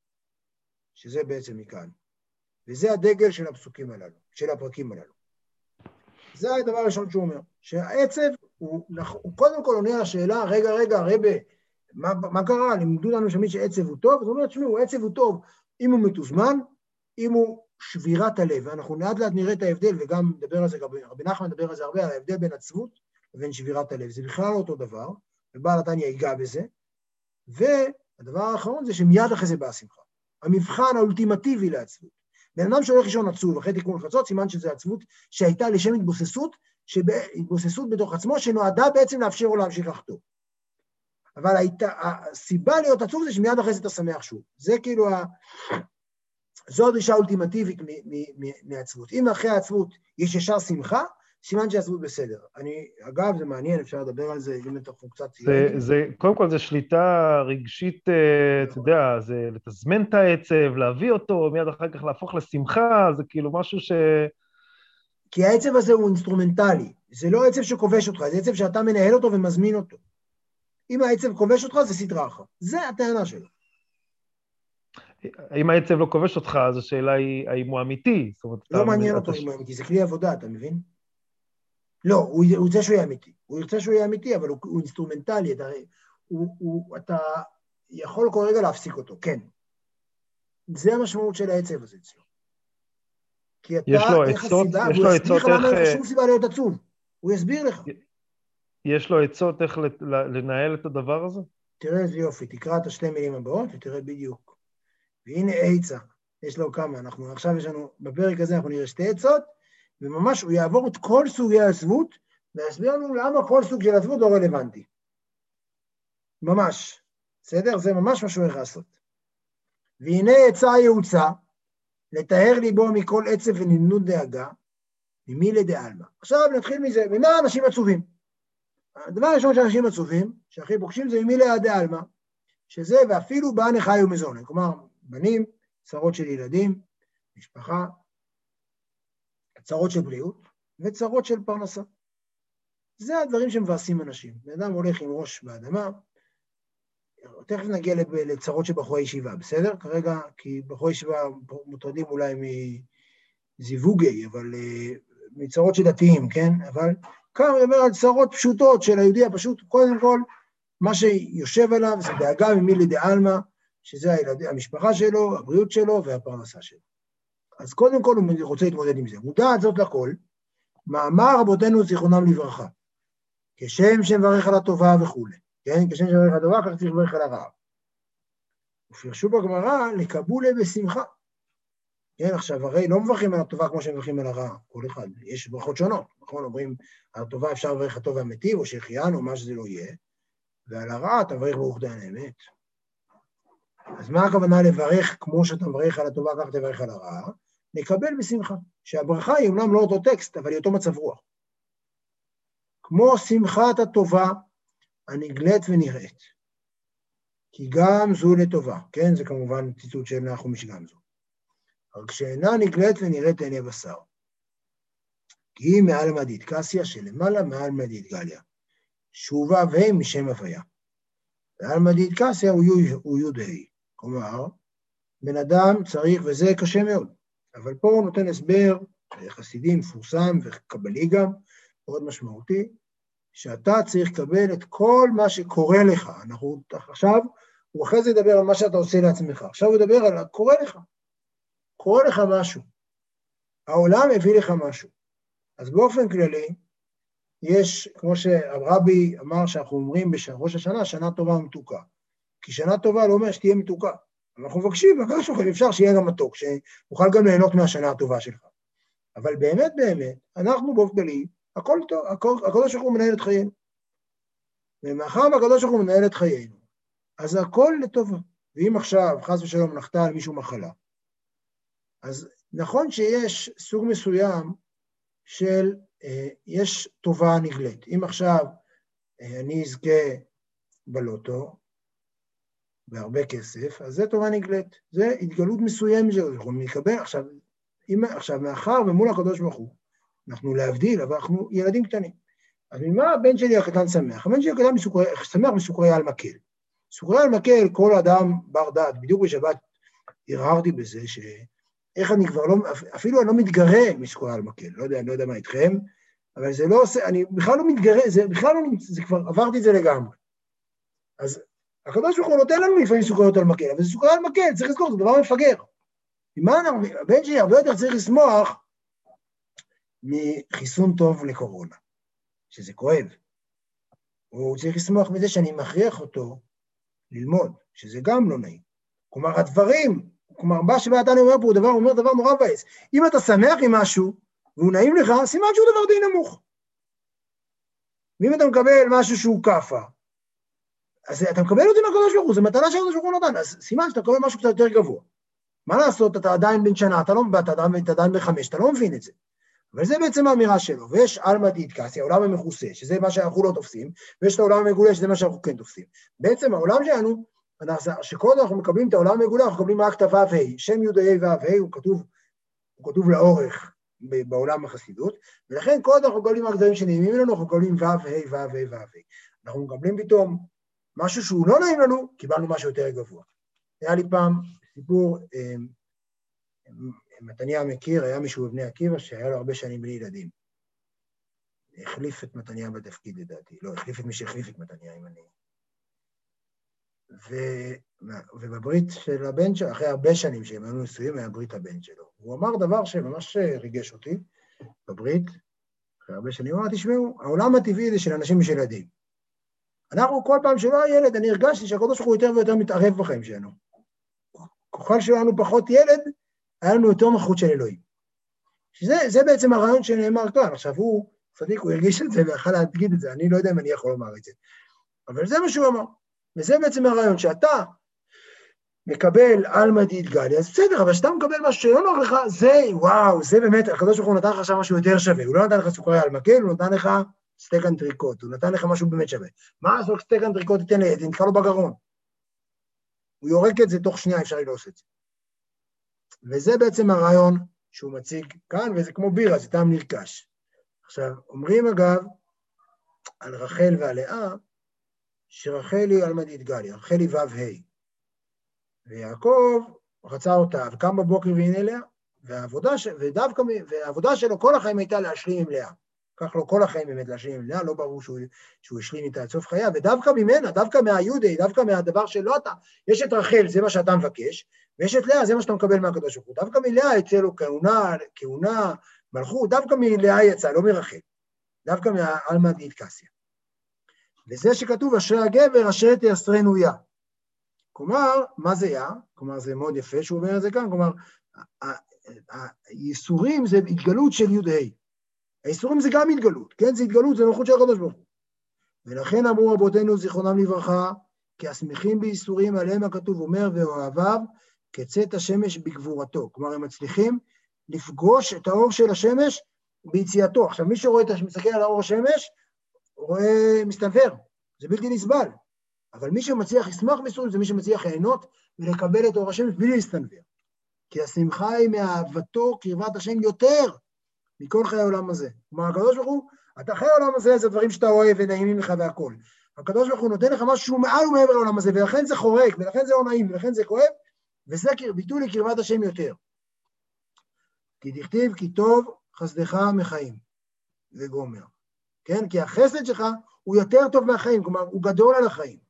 [SPEAKER 1] שזה בעצם מכאן. וזה הדגל של הפסוקים הללו, של הפרקים הללו. זה הדבר הראשון שהוא אומר, שהעצב הוא, הוא קודם כל עונה על השאלה, רגע, רגע, רבה, מה, מה קרה? לימדו לנו שמי שעצב הוא טוב, אז הוא אומר, תשמעו, עצב הוא טוב אם הוא מתוזמן, אם הוא שבירת הלב, ואנחנו לאט לאט נראה את ההבדל, וגם מדבר על זה, רבי נחמן מדבר על זה הרבה, על ההבדל בין עצבות לבין שבירת הלב, זה בכלל לא אותו דבר, ובעל התניא ייגע בזה, והדבר האחרון זה שמיד אחרי זה באה שמחה. המבחן האולטימטיבי לעצבות. בן אדם שהולך לישון עצוב, אחרי תיקון חצות, סימן שזה עצבות שהייתה לשם התבוססות, התבוססות בתוך עצמו, שנועדה בעצם לאפשר לו להמשיך לחטוא. אבל הייתה, הסיבה להיות עצוב זה שמיד אחרי זה אתה שמח שוב. זה כאילו, ה... זו הדרישה האולטימטיבית מעצבות. אם אחרי העצבות יש ישר שמחה, סימן שהעצבות בסדר. אני, אגב, זה מעניין, אפשר לדבר על זה, אם אנחנו קצת...
[SPEAKER 3] זה, זה, קודם כל, זה שליטה רגשית, אתה יודע, זה לתזמן את העצב, להביא אותו, מיד אחר כך להפוך לשמחה, זה כאילו משהו ש...
[SPEAKER 1] כי העצב הזה הוא אינסטרומנטלי, זה לא עצב שכובש אותך, זה עצב שאתה מנהל אותו ומזמין אותו. אם העצב כובש אותך, זה סדרה אחת. זה הטענה שלו.
[SPEAKER 3] אם העצב לא כובש אותך, אז השאלה היא, האם הוא אמיתי?
[SPEAKER 1] לא מעניין אותו אם הוא אמיתי, זה כלי עבודה, אתה מבין? לא, הוא ירצה שהוא יהיה אמיתי. הוא ירצה שהוא יהיה אמיתי, אבל הוא, הוא אינסטרומנטלי. אתה, הוא, הוא, אתה יכול כל רגע להפסיק אותו, כן. זה המשמעות של העצב הזה אצלו. כי אתה,
[SPEAKER 3] יש לו עצות, יש לו עצות איך...
[SPEAKER 1] הוא יסביר לך למה אין לך שום סיבה להיות עצוב. הוא יסביר לך.
[SPEAKER 3] יש לו עצות איך לנהל את הדבר הזה?
[SPEAKER 1] תראה איזה יופי, תקרא את השתי מילים הבאות ותראה בדיוק. והנה עצה, יש לו כמה, אנחנו עכשיו יש לנו, בפרק הזה אנחנו נראה שתי עצות, וממש הוא יעבור את כל סוגי העצבות, ויסביר לנו למה כל סוג של עצבות לא רלוונטי. ממש, בסדר? זה ממש מה שהוא הולך לעשות. והנה עצה היעוצה, לתאר ליבו מכל עצב ונמנות דאגה, ממי לדעלמה. עכשיו נתחיל מזה, ממה אנשים עצובים? הדבר הראשון שאנשים עצובים, שהכי פוגשים זה ממי לדעלמה, שזה ואפילו בא נחי ומזון, כלומר, בנים, צרות של ילדים, משפחה, צרות של בריאות, וצרות של פרנסה. זה הדברים שמבאסים אנשים. האדם הולך עם ראש באדמה, תכף נגיע לצרות של בחורי ישיבה, בסדר? כרגע, כי בחורי ישיבה מוטרדים אולי מזיווגי, אבל מצרות של דתיים, כן? אבל כאן הוא אומר על צרות פשוטות של היהודי הפשוט, קודם כל, מה שיושב עליו זה דאגה ממי לדעלמה, שזה הילד, המשפחה שלו, הבריאות שלו והפרנסה שלו. אז קודם כל הוא רוצה להתמודד עם זה. מודעת זאת לכל, מאמר רבותינו זיכרונם לברכה, כשם שמברך על הטובה וכו'. כן? כשם שמברך על הטובה, כך צריך לברך על הרעה. ופרשו בגמרא, לקבולה בשמחה. כן, עכשיו, הרי לא מברכים על הטובה כמו שמברכים על הרעה, כל אחד. יש ברכות שונות, נכון? אומרים, על הטובה אפשר לברך הטוב והמיטיב, או שהחיינו, או מה שזה לא יהיה, ועל הרעה אתה מברך ברוך דיין האמת. אז מה הכוונה לברך כמו שאתה מברך על הטובה, כך תברך על הרעה? לקבל בשמחה, שהברכה היא אומנם לא אותו טקסט, אבל היא אותו מצב רוח. כמו שמחת הטובה הנגלית ונראית, כי גם זו לטובה, כן? זה כמובן ציטוט של נחומיש גם זו. אבל כשאינה נגלית ונראית עיני בשר, כי היא מעל מדית קסיה שלמעלה מעל מדית גליה, שובה והי משם הוויה. ועל מדית קסיה הוא יוד ה'. כלומר, בן אדם צריך, וזה קשה מאוד, אבל פה הוא נותן הסבר, חסידים, מפורסם וקבלי גם, מאוד משמעותי, שאתה צריך לקבל את כל מה שקורה לך. אנחנו עכשיו, הוא אחרי זה ידבר על מה שאתה עושה לעצמך, עכשיו הוא ידבר על קורה לך, קורה לך משהו, העולם הביא לך משהו. אז באופן כללי, יש, כמו שהרבי אמר שאנחנו אומרים בראש השנה, שנה טובה ומתוקה. כי שנה טובה לא אומר שתהיה מתוקה. אנחנו מבקשים, וכך שאנחנו אפשר שיהיה גם מתוק, שנוכל גם ליהנות מהשנה הטובה שלך. אבל באמת באמת, אנחנו באופן כללי, הכל טוב, הקדוש ברוך הוא מנהל את חיינו. ומאחר והקדוש ברוך הוא מנהל את חיינו, אז הכל לטובה. ואם עכשיו, חס ושלום, נחתה על מישהו מחלה, אז נכון שיש סוג מסוים של, אה, יש טובה נגלית. אם עכשיו אה, אני אזכה בלוטו, בהרבה כסף, אז זה טובה נגלית. זה התגלות מסוים שאנחנו נקבל. עכשיו, אם, עכשיו מאחר ומול הקדוש ברוך הוא, אנחנו להבדיל, אבל אנחנו ילדים קטנים. אז ממה הבן שלי הקטן שמח? הבן שלי הקטן מסוכרי, שמח מסוכריה על מקל. סוכריה על מקל, כל אדם בר דעת, בדיוק בשבת הרהרתי בזה, שאיך אני כבר לא, אפילו אני לא מתגרה מסוכריה על מקל, לא יודע, אני לא יודע מה איתכם, אבל זה לא עושה, אני בכלל לא מתגרה, זה בכלל לא, זה כבר עברתי את זה לגמרי. אז הקדוש ברוך הוא נותן לנו לפעמים סוכריות על מקל, אבל זה סוכריה על מקל, צריך לזכור, זה דבר מפגר. הבן שלי הרבה יותר צריך לשמוח מחיסון טוב לקורונה, שזה כואב. הוא צריך לשמוח מזה שאני מכריח אותו ללמוד, שזה גם לא נעים. כלומר, הדברים, כלומר, מה שבאתנו אומר פה, הוא דבר, הוא אומר דבר נורא בעץ. אם אתה שמח עם משהו, והוא נעים לך, סימן שהוא דבר די נמוך. ואם אתה מקבל משהו שהוא קפה, אז אתה מקבל אותי מהקדוש ברוך הוא, זה מתנה שהקדוש ברוך הוא נותן, אז סימן שאתה מקבל משהו קצת יותר גבוה. מה לעשות, אתה עדיין בן שנה, אתה לא אתה עדיין, אתה עדיין בחמש, אתה לא מבין את זה. אבל זה בעצם האמירה שלו, ויש עלמא דאיטקסיה, העולם המכוסה, שזה מה שאנחנו לא תופסים, ויש את העולם המגולה, שזה מה שאנחנו כן תופסים. בעצם העולם שלנו, שקודם אנחנו מקבלים את העולם המגולה, אנחנו מקבלים רק את הו"ה, שם י' ה' ו' ה', הוא כתוב, הוא כתוב לאורך בעולם החסידות, ולכן קודם אנחנו מקבלים רק דברים שנעימים לנו, אנחנו מקבלים ו' ה' ו' ה' ו' ה'. אנחנו מקבלים פתאום משהו שהוא לא נעים לנו, קיבלנו משהו יותר גבוה. היה לי פעם סיפור, מתניה מכיר, היה מישהו בבני עקיבא שהיה לו הרבה שנים בלי ילדים. החליף את מתניה בתפקיד לדעתי, לא, החליף את מי שהחליף את מתניה, אם אני... ו... ובברית של הבן שלו, אחרי הרבה שנים שהם היו נשואים, היה ברית הבן שלו. הוא אמר דבר שממש ריגש אותי בברית, אחרי הרבה שנים אמרתי, תשמעו, העולם הטבעי זה של אנשים ושל ילדים. אנחנו כל פעם שלא הילד, אני הרגשתי שהקדוש ברוך הוא יותר ויותר מתערב בחיים שלנו. ככל שלנו פחות ילד, היה לנו יותר נוכחות של אלוהים. שזה, זה בעצם הרעיון שנאמר כאן. עכשיו הוא, צדיק, הוא הרגיש את זה ויכל להגיד את זה, אני לא יודע אם אני יכול לומר את זה. אבל זה מה שהוא אמר. וזה בעצם הרעיון, שאתה מקבל אלמא דאיתגליא, אז בסדר, אבל שאתה מקבל משהו שלא נוח לך, זה, וואו, זה באמת, הקדוש ברוך הוא נתן לך עכשיו משהו יותר שווה, הוא לא נתן לך סוכריה על מקל, הוא נתן לך סטייק אנטריקוט, הוא נתן לך משהו באמת שווה. מה לעשות סטייק אנטריקוט תיתן לי, זה נתקע לו בגרון. הוא יורק את זה תוך שנייה, אפשר ללעוס את זה. וזה בעצם הרעיון שהוא מציג כאן, וזה כמו בירה, זה טעם נרכש. עכשיו, אומרים אגב, על רחל ועל לאה, שרחל היא אלמא דאיתגליא, רחל היא ו' ה'. ויעקב רצה אותה, וקם בבוקר והנה לאה, והעבודה, ש... ודווקא... והעבודה שלו כל החיים הייתה להשלים עם לאה. כך לו כל החיים באמת להשלים עם לאה, לא ברור שהוא, שהוא השלים איתה עד סוף חיה, ודווקא ממנה, דווקא מהיהודי, דווקא מהדבר שלא אתה, יש את רחל, זה מה שאתה מבקש, ויש את לאה, זה מה שאתה מקבל מהקדוש ברוך הוא. דווקא מלאה יצא לו כהונה, כהונה, מלכות, דווקא מלאה יצא, לא מרחל, דווקא מהאלמא דאיתקסיא. וזה שכתוב, אשרי הגבר, אשר תייסרנו יה. כלומר, מה זה יה? כלומר, זה מאוד יפה שהוא אומר את זה כאן, כלומר, הייסורים זה התגלות של י' הייסורים זה גם התגלות, כן? זה התגלות, זה מלכות של הקדוש ברוך הוא. ולכן אמרו רבותינו זיכרונם לברכה, כי השמחים בייסורים עליהם הכתוב אומר, ואוהביו כצאת השמש בגבורתו. כלומר, הם מצליחים לפגוש את האור של השמש ביציאתו. עכשיו, מי שרואה את מסתכל על האור השמש, רואה מסתנוור, זה בלתי נסבל. אבל מי שמצליח לשמח בייסורים, זה מי שמצליח ליהנות ולקבל את אור השמש בלי להסתנוור. כי השמחה היא מאהבתו קרבת השם יותר מכל חיי העולם הזה. כלומר, הקדוש ברוך הוא, אתה חיי העולם הזה, זה דברים שאתה אוהב ונעימים לך והכל. הקדוש ברוך הוא נותן לך משהו שהוא מעל ומעבר לעולם הזה, ולכן זה חורק, ולכן זה לא נעים, ולכן זה כואב, וזה ביטוי לקרבת השם יותר. כי דכתיב, כי טוב חסדך מחיים, וגומר. כן? כי החסד שלך הוא יותר טוב מהחיים, כלומר, הוא גדול על החיים.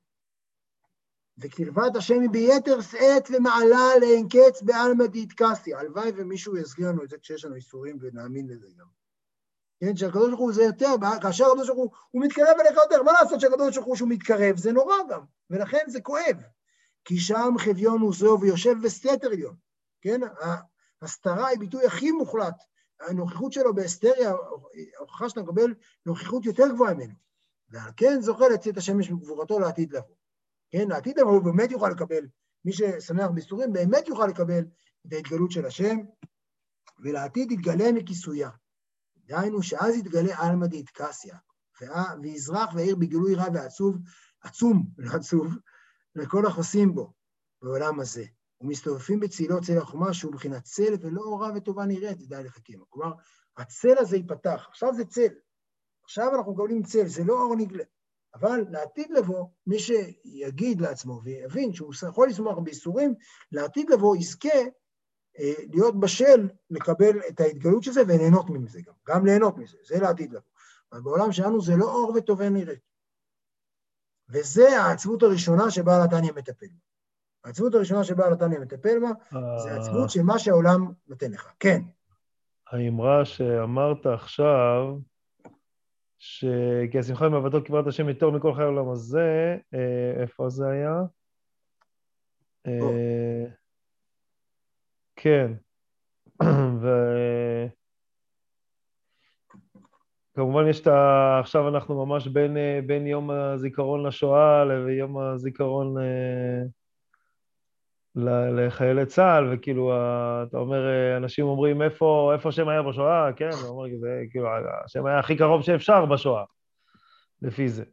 [SPEAKER 1] וקרבת השם היא ביתר שאת ומעלה לאין קץ בעלמא דאיתקסיא. הלוואי ומישהו יזכיר לנו את זה כשיש לנו איסורים ונאמין לזה גם. כן, שהקדוש ברוך הוא זה יותר, כאשר הקדוש ברוך הוא, הוא מתקרב אליך יותר, מה לעשות שהקדוש ברוך הוא שהוא מתקרב? זה נורא גם, ולכן זה כואב. כי שם חביון הוא זו ויושב בסתר עליון. כן, ההסתרה היא ביטוי הכי מוחלט. הנוכחות שלו בהסתריה, ההוכחה שאתה מקבל נוכחות יותר גבוהה ממנו. ועל כן זוכה לצאת השמש בגבורתו לעתיד לבוא. כן, לעתיד לבוא הוא באמת יוכל לקבל, מי ששמח בייסורים באמת יוכל לקבל את ההתגלות של השם, ולעתיד יתגלה מכיסויה. דהיינו שאז יתגלה אלמא דאיתקסיא, ויזרח ויעיר בגילוי רע ועצוב, עצום, לא עצוב, לכל החוסים בו, בעולם הזה. ומסתובבים בצילו צל החומה, שהוא מבחינת צל ולא אורה וטובה נראית, די לחכים. כלומר, הצל הזה ייפתח, עכשיו זה צל. עכשיו אנחנו מקבלים צל, זה לא אור נגלה. אבל לעתיד לבוא, מי שיגיד לעצמו ויבין שהוא יכול לשמוח בייסורים, לעתיד לבוא יזכה אה, להיות בשל לקבל את ההתגלות של זה וליהנות מזה גם, גם ליהנות מזה, זה לעתיד לבוא. אבל בעולם שלנו זה לא אור וטובה נראית. וזה העצבות הראשונה שבעל התניא מטפל בה. העצבות הראשונה שבעל התניא מטפל בה, זה העצבות של מה שהעולם נותן לך. כן.
[SPEAKER 3] האמרה שאמרת עכשיו, כי השמחה מעבדו קרבת השם יותר מכל חיי העולם הזה, איפה זה היה? כן. וכמובן יש את ה... עכשיו אנחנו ממש בין, בין יום הזיכרון לשואה ליום הזיכרון לחיילי צה"ל, וכאילו, אתה אומר, אנשים אומרים, איפה, איפה השם היה בשואה? כן, הוא אומר, זה, כאילו, השם היה הכי קרוב שאפשר בשואה, לפי זה.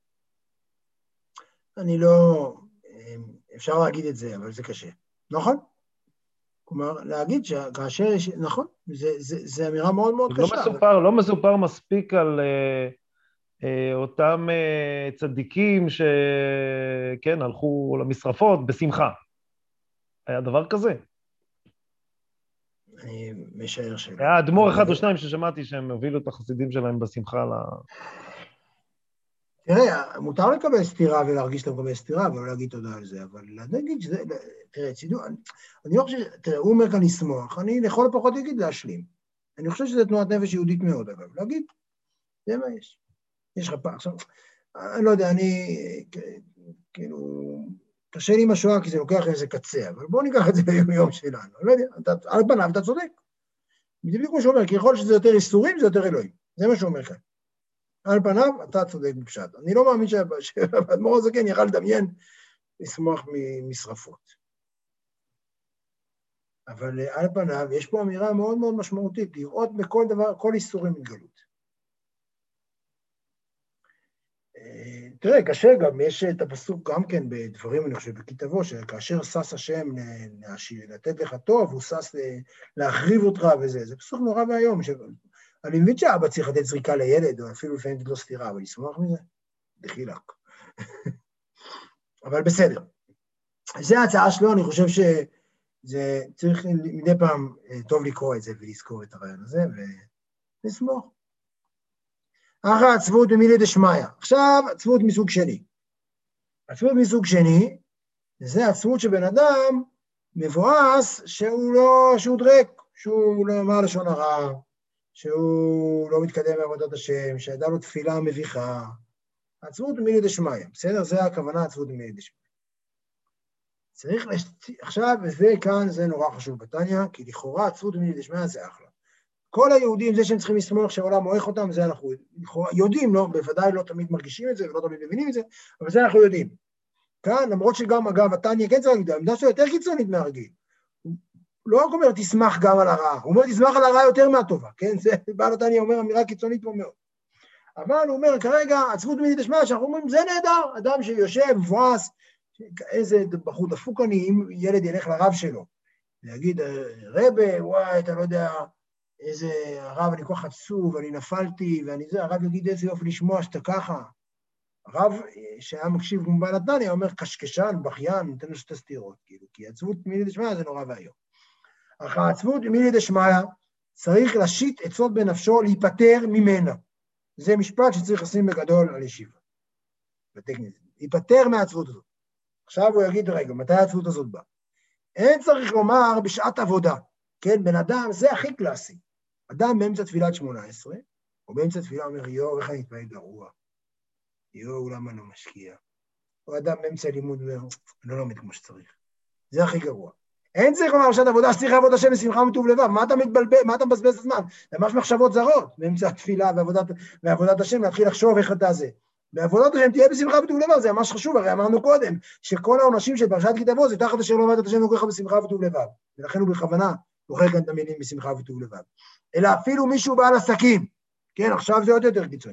[SPEAKER 1] אני לא, אפשר להגיד את זה, אבל זה קשה. נכון? כלומר, להגיד שכאשר יש, נכון, זה, זה, זה אמירה מאוד מאוד
[SPEAKER 3] לא
[SPEAKER 1] קשה.
[SPEAKER 3] מסופר, אבל... לא מסופר מספיק על אה, אה, אותם אה, צדיקים שכן, הלכו למשרפות בשמחה. היה דבר כזה.
[SPEAKER 1] אני משער שלא.
[SPEAKER 3] היה אדמו"ר אחד או שניים ששמעתי שהם הובילו את החסידים שלהם בשמחה ל...
[SPEAKER 1] תראה, מותר לקבל סתירה ולהרגיש שאתה מקבל סתירה, אבל לא להגיד תודה על זה, אבל להגיד שזה, תראה, צידו, אני, אני לא חושב, תראה, הוא אומר כאן לשמוח, אני לכל הפחות אגיד להשלים. אני חושב שזה תנועת נפש יהודית מאוד, אגב, להגיד, זה מה יש. יש לך פעם, עכשיו, אני לא יודע, אני, כאילו, קשה לי עם השואה, כי זה לוקח איזה קצה, אבל בואו ניקח את זה ביום שלנו, אני לא יודע, אתה, על פניו אתה צודק. זה בדיוק כמו שאומר, ככל שזה יותר איסורים, זה יותר אלוהים. זה מה שאומר כאן. על פניו, אתה צודק בפשט. אני לא מאמין שהאדמו"ר הזקן יכל לדמיין לשמוח משרפות. אבל על פניו, יש פה אמירה מאוד מאוד משמעותית, לראות בכל דבר, כל איסורים מתגלות. תראה, קשה גם, יש את הפסוק גם כן בדברים, אני חושב, בכתבו, שכאשר שש השם לתת לך טוב, הוא שש להחריב אותך וזה, זה פסוק נורא והיום, אני מבין שאבא צריך לתת זריקה לילד, או אפילו לפעמים לא סתירה, אבל ישמח מזה, דחילק. אבל בסדר. זה ההצעה שלו, אני חושב שזה צריך מדי פעם טוב לקרוא את זה, ולזכור את הרעיון הזה, ולשמוח. אחר עצבות במילי דשמיא. עכשיו, עצבות מסוג שני. עצבות מסוג שני, זה עצבות שבן אדם מבואס שהוא לא, שהוא דרק, שהוא לא אמר לשון הרע, שהוא לא מתקדם בעבודת השם, שהייתה לו תפילה מביכה. עצבות במילי דשמיא, בסדר? זה הכוונה עצבות במילי דשמיא. צריך, לש... עכשיו, וזה כאן, זה נורא חשוב בתניא, כי לכאורה עצבות במילי דשמיא זה אחלה. כל היהודים, זה שהם צריכים לשמוח שהעולם מועך אותם, זה אנחנו יודעים, לא, בוודאי לא תמיד מרגישים את זה, ולא תמיד מבינים את זה, אבל זה אנחנו יודעים. כאן, למרות שגם, אגב, התניא כן צריך להגיד, העמדה שלו יותר קיצונית מהרגיל. הוא לא אומר, תשמח גם על הרעה, הוא אומר, תשמח על הרעה יותר מהטובה, כן? זה, בעל התניא אומר, אמירה קיצונית פה מאוד. אבל הוא אומר, כרגע, עצבות במילי דשמיא, שאנחנו אומרים, זה נהדר, אדם שיושב, מבואס, איזה בחור דפוק אני, אם ילד ילך לרב שלו, להגיד, רבה, וואי, אתה לא יודע, איזה הרב, אני כל כך עצוב, אני נפלתי, ואני זה, הרב יגיד איזה יופי לשמוע שאתה ככה. הרב שהיה מקשיב כמו בעל התניא, אומר קשקשן, בכיין, נותן לו שתי סתירות, כאילו, כי עצבות במילי דשמיא זה נורא והיום. אך העצבות במילי דשמיא צריך להשית עצות בנפשו להיפטר ממנה. זה משפט שצריך לשים בגדול על ישיבה. להיפטר מהעצבות הזאת. עכשיו הוא יגיד, רגע, מתי העצבות הזאת באה? אין צריך לומר בשעת עבודה. כן, בן אדם, זה הכי קלאסי. אדם באמצע תפילת שמונה עשרה, או באמצע תפילה אומר, יואו, איך אני אתפעל גרוע? יואו, למה לא משקיע? או אדם באמצע לימוד אומר, לא לומד כמו שצריך. זה הכי גרוע. אין צריך לומר בשעת עבודה, שצריך לעבוד השם בשמחה וטוב לבב. מה אתה מתבלבל, מה אתה מבזבז את הזמן? זה ממש מחשבות זרות, באמצע התפילה ועבודת, ועבודת השם, להתחיל לחשוב איך אתה זה. בעבודת השם תהיה בשמחה וטוב לבב, זה ממש חשוב, הרי אמרנו קודם, שכל העונשים של פרשת כי תבוא, זה תחת אשר לא עבדת השם לוקח בשמחה וטוב לבב. ולכן הוא בכוונה בוחר כאן את המילים בשמחה וטוב לבב. אלא אפילו מישהו בעל עסקים, כן, עכשיו זה עוד יותר קיצוני.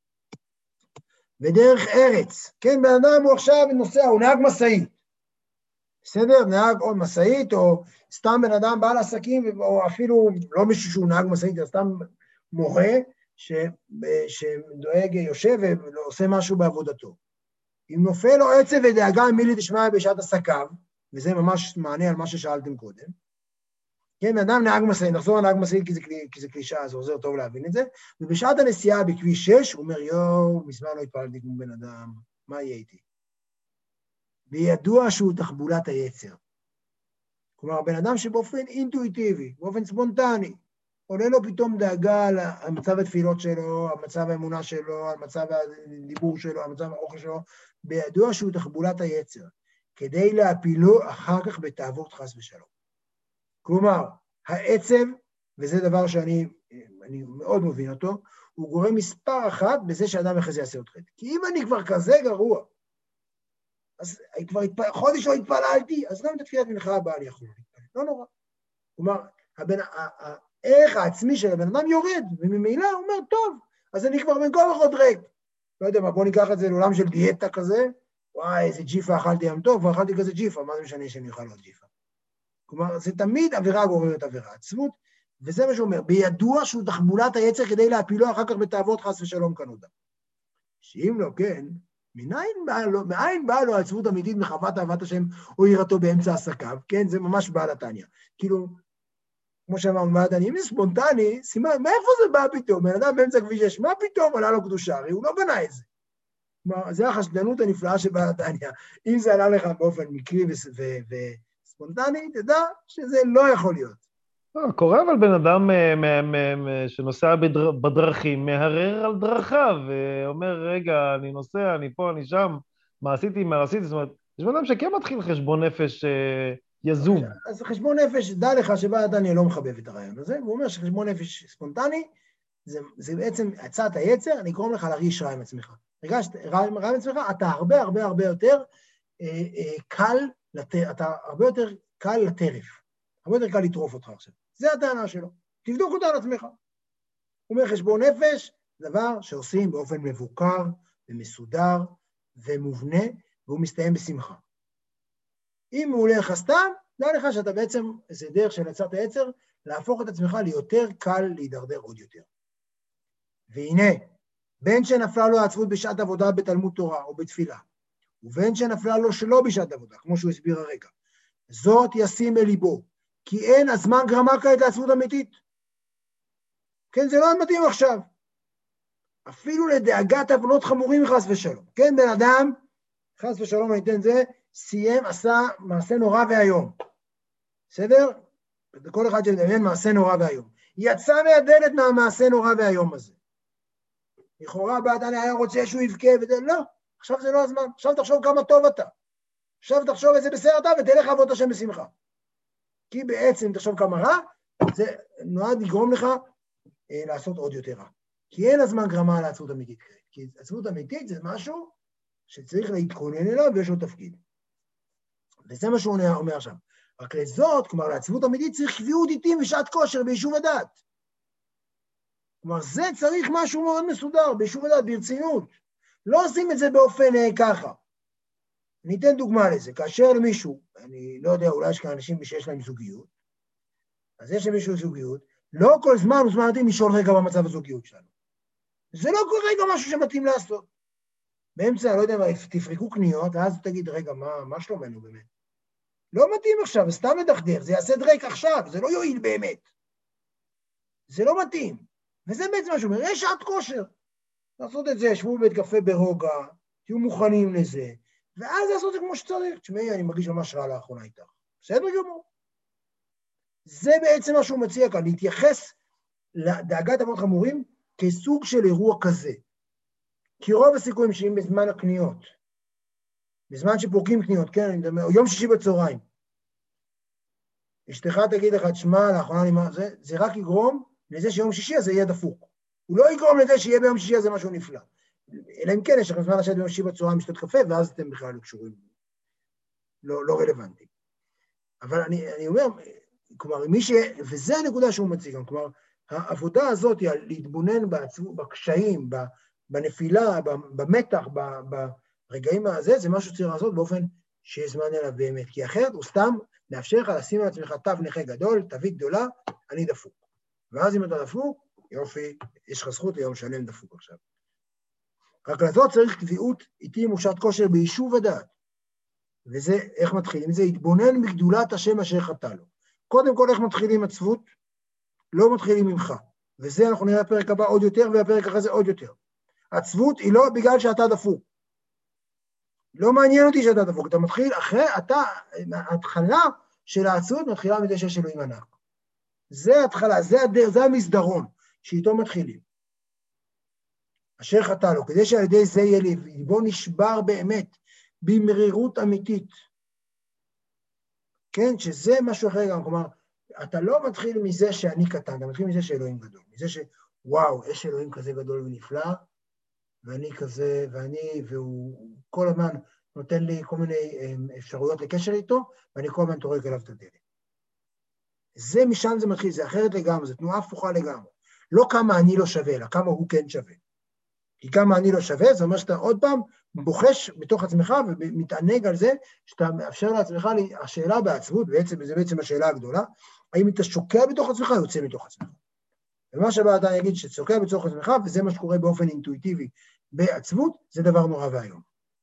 [SPEAKER 1] ודרך ארץ, כן, בן אדם הוא עכשיו נוסע, הוא נהג מסעית, בסדר? נהג או מסעית, או סתם בן אדם בעל עסקים, או אפילו לא מישהו שהוא נהג מסעית, אלא סתם מורה, ש, שדואג, יושב ועושה משהו בעבודתו. אם נופל לו עצב ודאגה מילי דשמיא בשעת עסקיו, וזה ממש מענה על מה ששאלתם קודם, כן, אדם נהג מסעית, נחזור לנהג מסעית כי זה, כי זה קלישה, זה עוזר טוב להבין את זה, ובשעת הנסיעה בכביש שש, הוא אומר, יואו, מזמן לא התפעלתי כמו בן אדם, מה יהיה איתי? וידוע שהוא תחבולת היצר. כלומר, הבן אדם שבאופן אינטואיטיבי, באופן ספונטני, עולה לו פתאום דאגה על מצב התפילות שלו, על מצב האמונה שלו, על מצב הדיבור שלו, על מצב האוכל שלו, בידוע שהוא תחבולת היצר, כדי להפילו אחר כך בתאוות חס ושלום. כלומר, העצב, וזה דבר שאני אני מאוד מבין אותו, הוא גורם מספר אחת בזה שאדם אחרי זה יעשה עוד חטא. כי אם אני כבר כזה גרוע, אז כבר התפ... חודש לא התפללתי, אז גם את התפילת מנחה הבאה אני יכול להתפלל. לא נורא. כלומר, הבן... הערך העצמי של הבן אדם יורד, וממילא הוא אומר, טוב, אז אני כבר בין כה וכה ריק. לא יודע מה, בוא ניקח את זה לעולם של דיאטה כזה, וואי, איזה ג'יפה אכלתי ים טוב, ואכלתי כזה ג'יפה, מה זה משנה שאני אוכל עוד ג'יפה? כלומר, זה תמיד עבירה גוררת עבירה, עצמות, וזה מה שהוא אומר, בידוע שהוא תחבולת היצר כדי להפילו אחר כך בתאוות חס ושלום כנודע. שאם לא כן, מניין בא לו, מאין בא לו העצבות אמיתית מחוות אהבת השם או יראתו באמצע עסקיו, כן, זה ממש בעל התניא. כאילו, כמו שאמרנו, בעל התניא, אם זה ספונטני, סימן, מאיפה זה בא פתאום? בן אדם באמצע כביש שש, מה פתאום עלה לו קדושה? הרי הוא לא בנה את זה. כלומר, זה החשדנות הנפלאה של בעל התניא. אם זה עלה לך באופן מקרי ו... ו... ו... ספונטני, תדע שזה לא יכול להיות.
[SPEAKER 3] קורה אבל בן אדם שנוסע בדרכים, מהרר על דרכיו, ואומר, רגע, אני נוסע, אני פה, אני שם, מה עשיתי, מה עשיתי, זאת אומרת, יש בן אדם שכן מתחיל חשבון נפש יזום.
[SPEAKER 1] אז חשבון נפש, דע לך שבא דניאל לא מחבב את הרעיון הזה, והוא אומר שחשבון נפש ספונטני, זה, זה בעצם הצעת היצר, אני קוראים לך להרגיש רע עם עצמך. רגש, רע, רע עם עצמך, אתה הרבה הרבה הרבה יותר אה, אה, קל, לת... אתה הרבה יותר קל לטרף. הרבה יותר קל לטרוף אותך עכשיו. זה הטענה שלו. תבדוק אותה על עצמך. הוא אומר, חשבון נפש, דבר שעושים באופן מבוקר ומסודר ומובנה, והוא מסתיים בשמחה. אם הוא הולך הסתם, דע לך שאתה בעצם, זה דרך של הצעת היצר, להפוך את עצמך ליותר קל להידרדר עוד יותר. והנה, בין שנפלה לו העצבות בשעת עבודה בתלמוד תורה או בתפילה, ובין שנפלה לו שלא בשעת עבודה, כמו שהוא הסביר הרגע, זאת ישים אל ליבו, כי אין הזמן גרמה כעת לעצבות אמיתית. כן, זה לא מתאים עכשיו. אפילו לדאגת עוונות חמורים חס ושלום. כן, בן אדם, חס ושלום אני אתן זה, סיים, עשה מעשה נורא והיום. בסדר? כל אחד שמדמיין מעשה נורא והיום. יצא מהדלת מהמעשה נורא והיום הזה. לכאורה באת, אני היה רוצה שהוא יבכה וזה, לא, עכשיו זה לא הזמן. עכשיו תחשוב כמה טוב אתה. עכשיו תחשוב איזה בסדר אתה ותלך לעבוד השם בשמחה. כי בעצם תחשוב כמה רע, זה נועד לגרום לך אה, לעשות עוד יותר רע. כי אין הזמן גרמה על העצבות אמיתית. כי עצבות אמיתית זה משהו שצריך להתכונן אליו ויש לו תפקיד. וזה מה שהוא אומר עכשיו. רק לזאת, כלומר לעצבות אמיתית צריך קביעות עיתים ושעת כושר ביישוב הדעת. כלומר זה צריך משהו מאוד מסודר ביישוב הדעת, ברצינות. לא עושים את זה באופן אה, ככה. אני אתן דוגמה לזה. כאשר למישהו, אני לא יודע, אולי יש כאן אנשים שיש להם זוגיות, אז יש למישהו זוגיות, לא כל זמן הוא זמן מתאים לשאול רגע במצב הזוגיות שלנו. זה לא כל רגע משהו שמתאים לעשות. באמצע, לא יודע מה, תפרקו קניות, ואז תגיד, רגע, מה, מה שלומנו באמת? לא מתאים עכשיו, זה סתם מדחדר, זה יעשה דרק עכשיו, זה לא יועיל באמת. זה לא מתאים. וזה בעצם משהו, יש שעת כושר. לעשות את זה, ישבו בבית קפה ברוגע, תהיו מוכנים לזה, ואז לעשות את זה כמו שצריך. תשמעי, אני מרגיש ממש רע לאחרונה איתך. בסדר גמור. זה בעצם מה שהוא מציע כאן, להתייחס לדאגת עוונות חמורים כסוג של אירוע כזה. כי רוב הסיכויים שאם בזמן הקניות, בזמן שפורקים קניות, כן, אני מדבר, יום שישי בצהריים, אשתך תגיד לך, תשמע, לאחרונה אני מה, זה, זה רק יגרום לזה שיום שישי הזה יהיה דפוק. הוא לא יגרום לזה שיהיה ביום שישי הזה משהו נפלא. אלא אם כן, יש לכם זמן לשבת ביום שישי בצהריים לשתות קפה, ואז אתם בכלל לא קשורים. לא, לא רלוונטי. אבל אני, אני אומר, כלומר, מי ש... וזה הנקודה שהוא מציג, כלומר, העבודה הזאת היא להתבונן בעצמו, בקשיים, בנפילה, במתח, ברגעים הזה, זה משהו שצריך לעשות באופן שיש זמן אליו באמת, כי אחרת הוא סתם מאפשר לך לשים על עצמך תו נכה גדול, תווית גדולה, אני דפוק. ואז אם אתה דפוק, יופי, יש לך זכות ליום שלם דפוק עכשיו. רק לזאת צריך קביעות איתי מושת כושר ביישוב הדעת. וזה, איך מתחילים? זה התבונן בגדולת השם אשר חטא לו. קודם כל, איך מתחילים עצבות? לא מתחילים ממך. וזה אנחנו נראה בפרק הבא עוד יותר, והפרק אחרי זה עוד יותר. עצבות היא לא בגלל שאתה דפוק. לא מעניין אותי שאתה דפוק. אתה מתחיל אחרי, אתה, ההתחלה של העצבות מתחילה מזה שיש אלוהים ענק. זה ההתחלה, זה, הדר, זה המסדרון שאיתו מתחילים. אשר חטא לו, כדי שעל ידי זה יהיה ליבו נשבר באמת, במרירות אמיתית. כן, שזה משהו אחר גם, כלומר, אתה לא מתחיל מזה שאני קטן, אתה מתחיל מזה שאלוהים גדול, מזה שוואו, יש אלוהים כזה גדול ונפלא, ואני כזה, ואני, והוא כל הזמן נותן לי כל מיני אפשרויות לקשר איתו, ואני כל הזמן תורק אליו את הדלת. זה משם זה מתחיל, זה אחרת לגמרי, זה תנועה הפוכה לגמרי. לא כמה אני לא שווה, אלא כמה הוא כן שווה. כי כמה אני לא שווה, זה אומר שאתה עוד פעם בוחש בתוך עצמך ומתענג על זה, שאתה מאפשר לעצמך, השאלה בעצבות, בעצם, זה בעצם השאלה הגדולה, האם אתה שוקע בתוך עצמך או יוצא מתוך עצמך. ומה שבא אתה יגיד ששוקע בתוך עצמך, וזה מה שקורה באופן אינטואיטיבי בעצבות, זה דבר נורא והיום.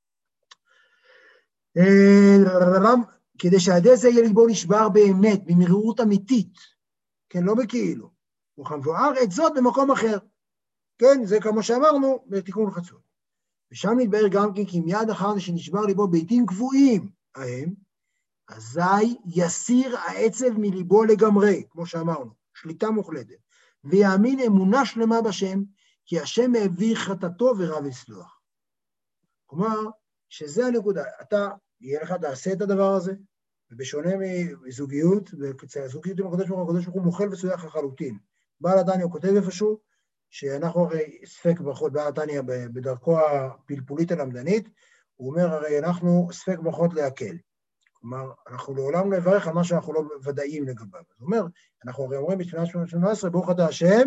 [SPEAKER 1] כדי שעדי זה יהיה ליבו נשבר באמת, במרירות אמיתית, כן, לא בכאילו, וכמבואר את זאת במקום אחר. כן, זה כמו שאמרנו, בתיקון חצות. ושם נתבהר גם כן, כי מיד אחר שנשבר ליבו בעתים קבועים, ההם, אזי יסיר העצב מליבו לגמרי, כמו שאמרנו, שליטה מוחלטת, ויאמין אמונה שלמה בשם, כי השם העביר חטאתו ורב יסלוח. כלומר, שזה הנקודה, אתה, יהיה לך, תעשה את הדבר הזה, ובשונה מזוגיות, זוגיות עם הקדוש ברוך הוא, הקדוש ברוך הוא מוחל וסולח לחלוטין. בעל התניא הוא כותב איפשהו, שאנחנו הרי ספק ברכות, בעל התניא בדרכו הפלפולית הלמדנית, הוא אומר, הרי אנחנו ספק ברכות להקל. כלומר, אנחנו לעולם נברך על מה שאנחנו לא ודאים לגביו. זאת אומרת, אנחנו הרי אומרים בשנה שמונה עשרה, ברוך אתה השם,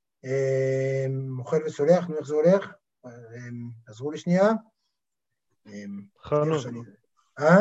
[SPEAKER 1] מוחל וסולח, נו איך זה הולך? עזרו לי שנייה.
[SPEAKER 3] חנון.
[SPEAKER 1] אה?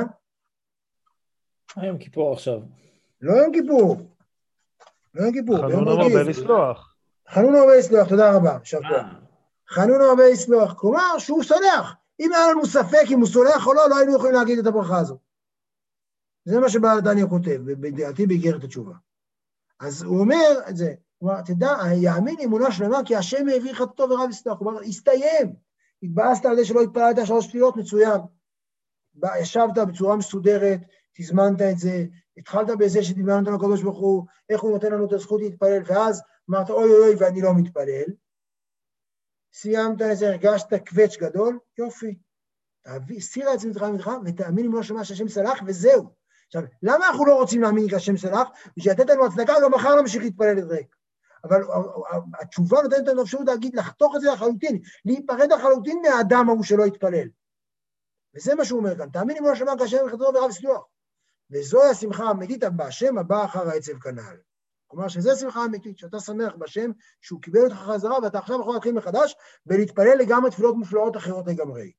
[SPEAKER 2] היום כיפור עכשיו.
[SPEAKER 1] לא יום כיפור. לא יום כיפור.
[SPEAKER 3] חנון הרבה לסלוח.
[SPEAKER 1] חנון הרבה לסלוח, תודה רבה. חנון הרבה לסלוח. כלומר, שהוא סולח. אם היה לנו ספק אם הוא סולח או לא, לא היינו יכולים להגיד את הברכה הזאת. זה מה שבעל התניא כותב, ובדעתי באיגרת התשובה. אז הוא אומר את זה, הוא אומר, תדע, יאמין אמונה שלמה, כי השם העביר חטאתו ורב יסלוח. הוא אומר, הסתיים. התבאסת על זה שלא התפללת שלוש תפילות, מצוין. ישבת בצורה מסודרת, תזמנת את זה, התחלת בזה שדיברנו אותנו לקדוש ברוך הוא, איך הוא נותן לנו את הזכות להתפלל, ואז אמרת, אוי אוי אוי, ואני לא מתפלל. סיימת לזה, הרגשת קווץ' גדול, יופי. סירה את עצמך ממך, ותאמין אמונה שלמה שהשם סלח, וזהו. עכשיו, למה אנחנו לא רוצים להאמין שהשם סלח? בשביל לתת לנו הצדקה, גם מחר נמשיך להתפלל את ריק. אבל התשובה נותנת לנו אפשרות להגיד, לחתוך את זה לחלוטין, להיפרד לחלוטין מהאדם ההוא שלא יתפלל. וזה מה שהוא אומר כאן, תאמין אמונה שלמה כאשר חטאתו ורב יסלוח. וזוהי השמחה האמיתית בהשם הבא אחר העצב כנ"ל. כלומר שזו שמחה אמיתית, שאתה שמח בשם, שהוא קיבל אותך חזרה, ואתה עכשיו יכול להתחיל מחדש, ולהתפלל לגמרי תפילות מופלאות אחרות לגמרי.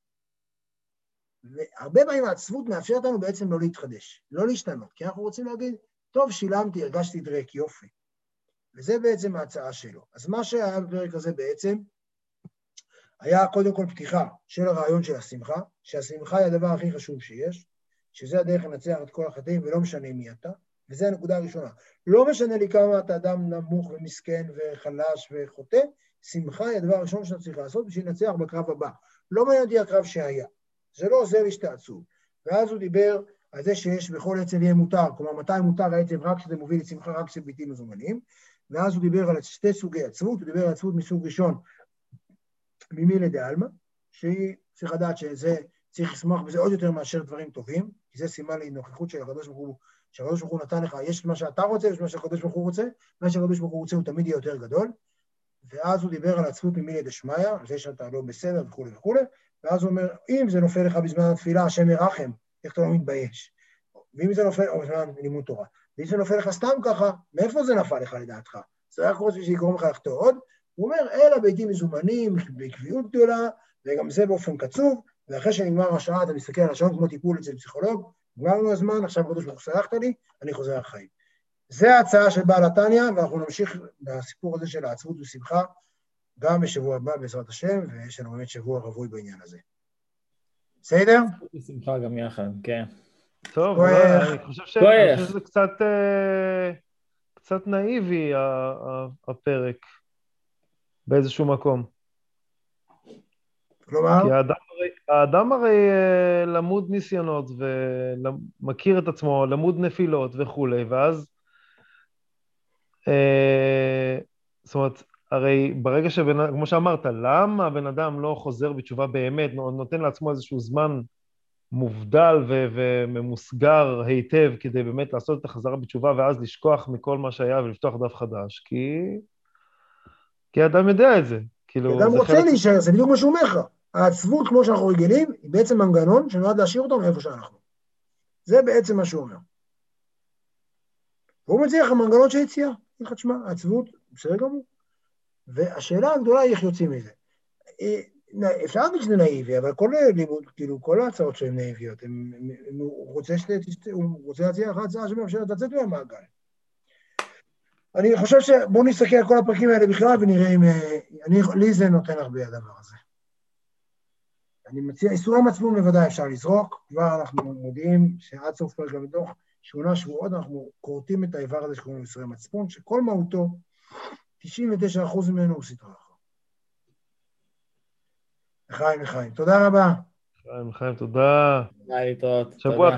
[SPEAKER 1] והרבה פעמים העצבות מאפשרת לנו בעצם לא להתחדש, לא להשתנות, כי אנחנו רוצים להגיד, טוב, שילמתי, הרגשתי את ריק, יופי. וזה בעצם ההצעה שלו. אז מה שהיה בפרק הזה בעצם, היה קודם כל פתיחה של הרעיון של השמחה, שהשמחה היא הדבר הכי חשוב שיש, שזה הדרך לנצח את כל החטאים, ולא משנה מי אתה, וזו הנקודה הראשונה. לא משנה לי כמה אתה אדם נמוך ומסכן וחלש וחוטא, שמחה היא הדבר הראשון שאתה צריך לעשות בשביל לנצח בקרב הבא. לא מעניין אותי הקרב שהיה. זה לא עוזר לי שאתה עצוב. ואז הוא דיבר על זה שיש בכל עצב יהיה מותר, כלומר מתי מותר העצב רק כשזה מוביל לשמחה, רק כשזה בלתי מזומנים, ואז הוא דיבר על שתי סוגי עצבות, הוא דיבר על עצבות מסוג ראשון, ממילי דעלמא, שהיא צריך לדעת שזה צריך לשמוח בזה עוד יותר מאשר דברים טובים, כי זה סימן לנוכחות של הקדוש ברוך הוא, שהקדוש ברוך הוא נתן לך, יש מה שאתה רוצה, יש מה שהקדוש ברוך הוא רוצה, מה שהקדוש ברוך הוא רוצה הוא תמיד יהיה יותר גדול, ואז הוא דיבר על עצבות ממילי דשמיא, על זה שאתה לא בסדר וכו' וכו', ואז הוא אומר, אם זה נופל לך בזמן התפילה, השם ירחם, איך אתה לא מתבייש? ואם זה נופל, או בזמן לימוד תורה, ואם זה נופל לך סתם ככה, מאיפה זה נפל לך לדעתך? זה רק רוצה שיגרום לך לחטוא עוד, הוא אומר, אלה ביתים מזומנים, בקביעות גדולה, וגם זה באופן קצוב, ואחרי שנגמר השעה, אתה מסתכל על השעון כמו טיפול אצל פסיכולוג, גמרנו הזמן, עכשיו קדוש ברוך הוא סלחת לי, אני חוזר לחיים. זה ההצעה של בעל התניא, ואנחנו נמשיך בסיפור הזה של העצבות ושמחה, גם בשבוע הבא בעזרת השם, ויש לנו באמת שבוע רווי בעניין הזה. בסדר?
[SPEAKER 2] בשמחה גם יחד, כן.
[SPEAKER 3] טוב, אני חושב שזה קצת, קצת נאיבי הפרק, באיזשהו מקום.
[SPEAKER 1] כלומר?
[SPEAKER 3] כי האדם הרי, האדם הרי למוד ניסיונות ומכיר את עצמו, למוד נפילות וכו', ואז, זאת אומרת, הרי ברגע שבן, כמו שאמרת, למה הבן אדם לא חוזר בתשובה באמת, נותן לעצמו איזשהו זמן מובדל ו- וממוסגר היטב כדי באמת לעשות את החזרה בתשובה ואז לשכוח מכל מה שהיה ולפתוח דף חדש, כי, כי האדם יודע את זה. כאילו,
[SPEAKER 1] כי אדם
[SPEAKER 3] זה
[SPEAKER 1] רוצה
[SPEAKER 3] חלק...
[SPEAKER 1] להישאר, זה בדיוק מה שהוא אומר לך. העצבות, כמו שאנחנו רגילים, היא בעצם מנגנון שנועד להשאיר אותו מאיפה שאנחנו. זה בעצם מה שהוא אומר. והוא מציע לך מנגנון שהציע, איך תשמע, העצבות, בסדר גמור. והשאלה הגדולה היא איך יוצאים מזה. אפשר להגיד שזה נאיבי, אבל כל לימוד, כאילו, כל ההצעות שהן נאיביות, הם, הם, הם, הוא רוצה, הוא רוצה להציע לך הצעה שמאפשרת לצאת מהמעגל. אני חושב שבואו נסתכל על כל הפרקים האלה בכלל, ונראה אם, אני, לי זה נותן הרבה הדבר הזה. אני מציע, איסורי מצפון בוודאי אפשר לזרוק, כבר אנחנו מודיעים שעד סוף פרק גם בתוך שמונה שבועות, אנחנו קורטים את האיבר הזה שקוראים איסורי מצפון, שכל מהותו, תשעים ותשעה אחוז ממנו הוא סטרה אחר. לחיים, לחיים. תודה רבה.
[SPEAKER 3] לחיים, לחיים, תודה.
[SPEAKER 2] ביי, להתראות.
[SPEAKER 3] שבוע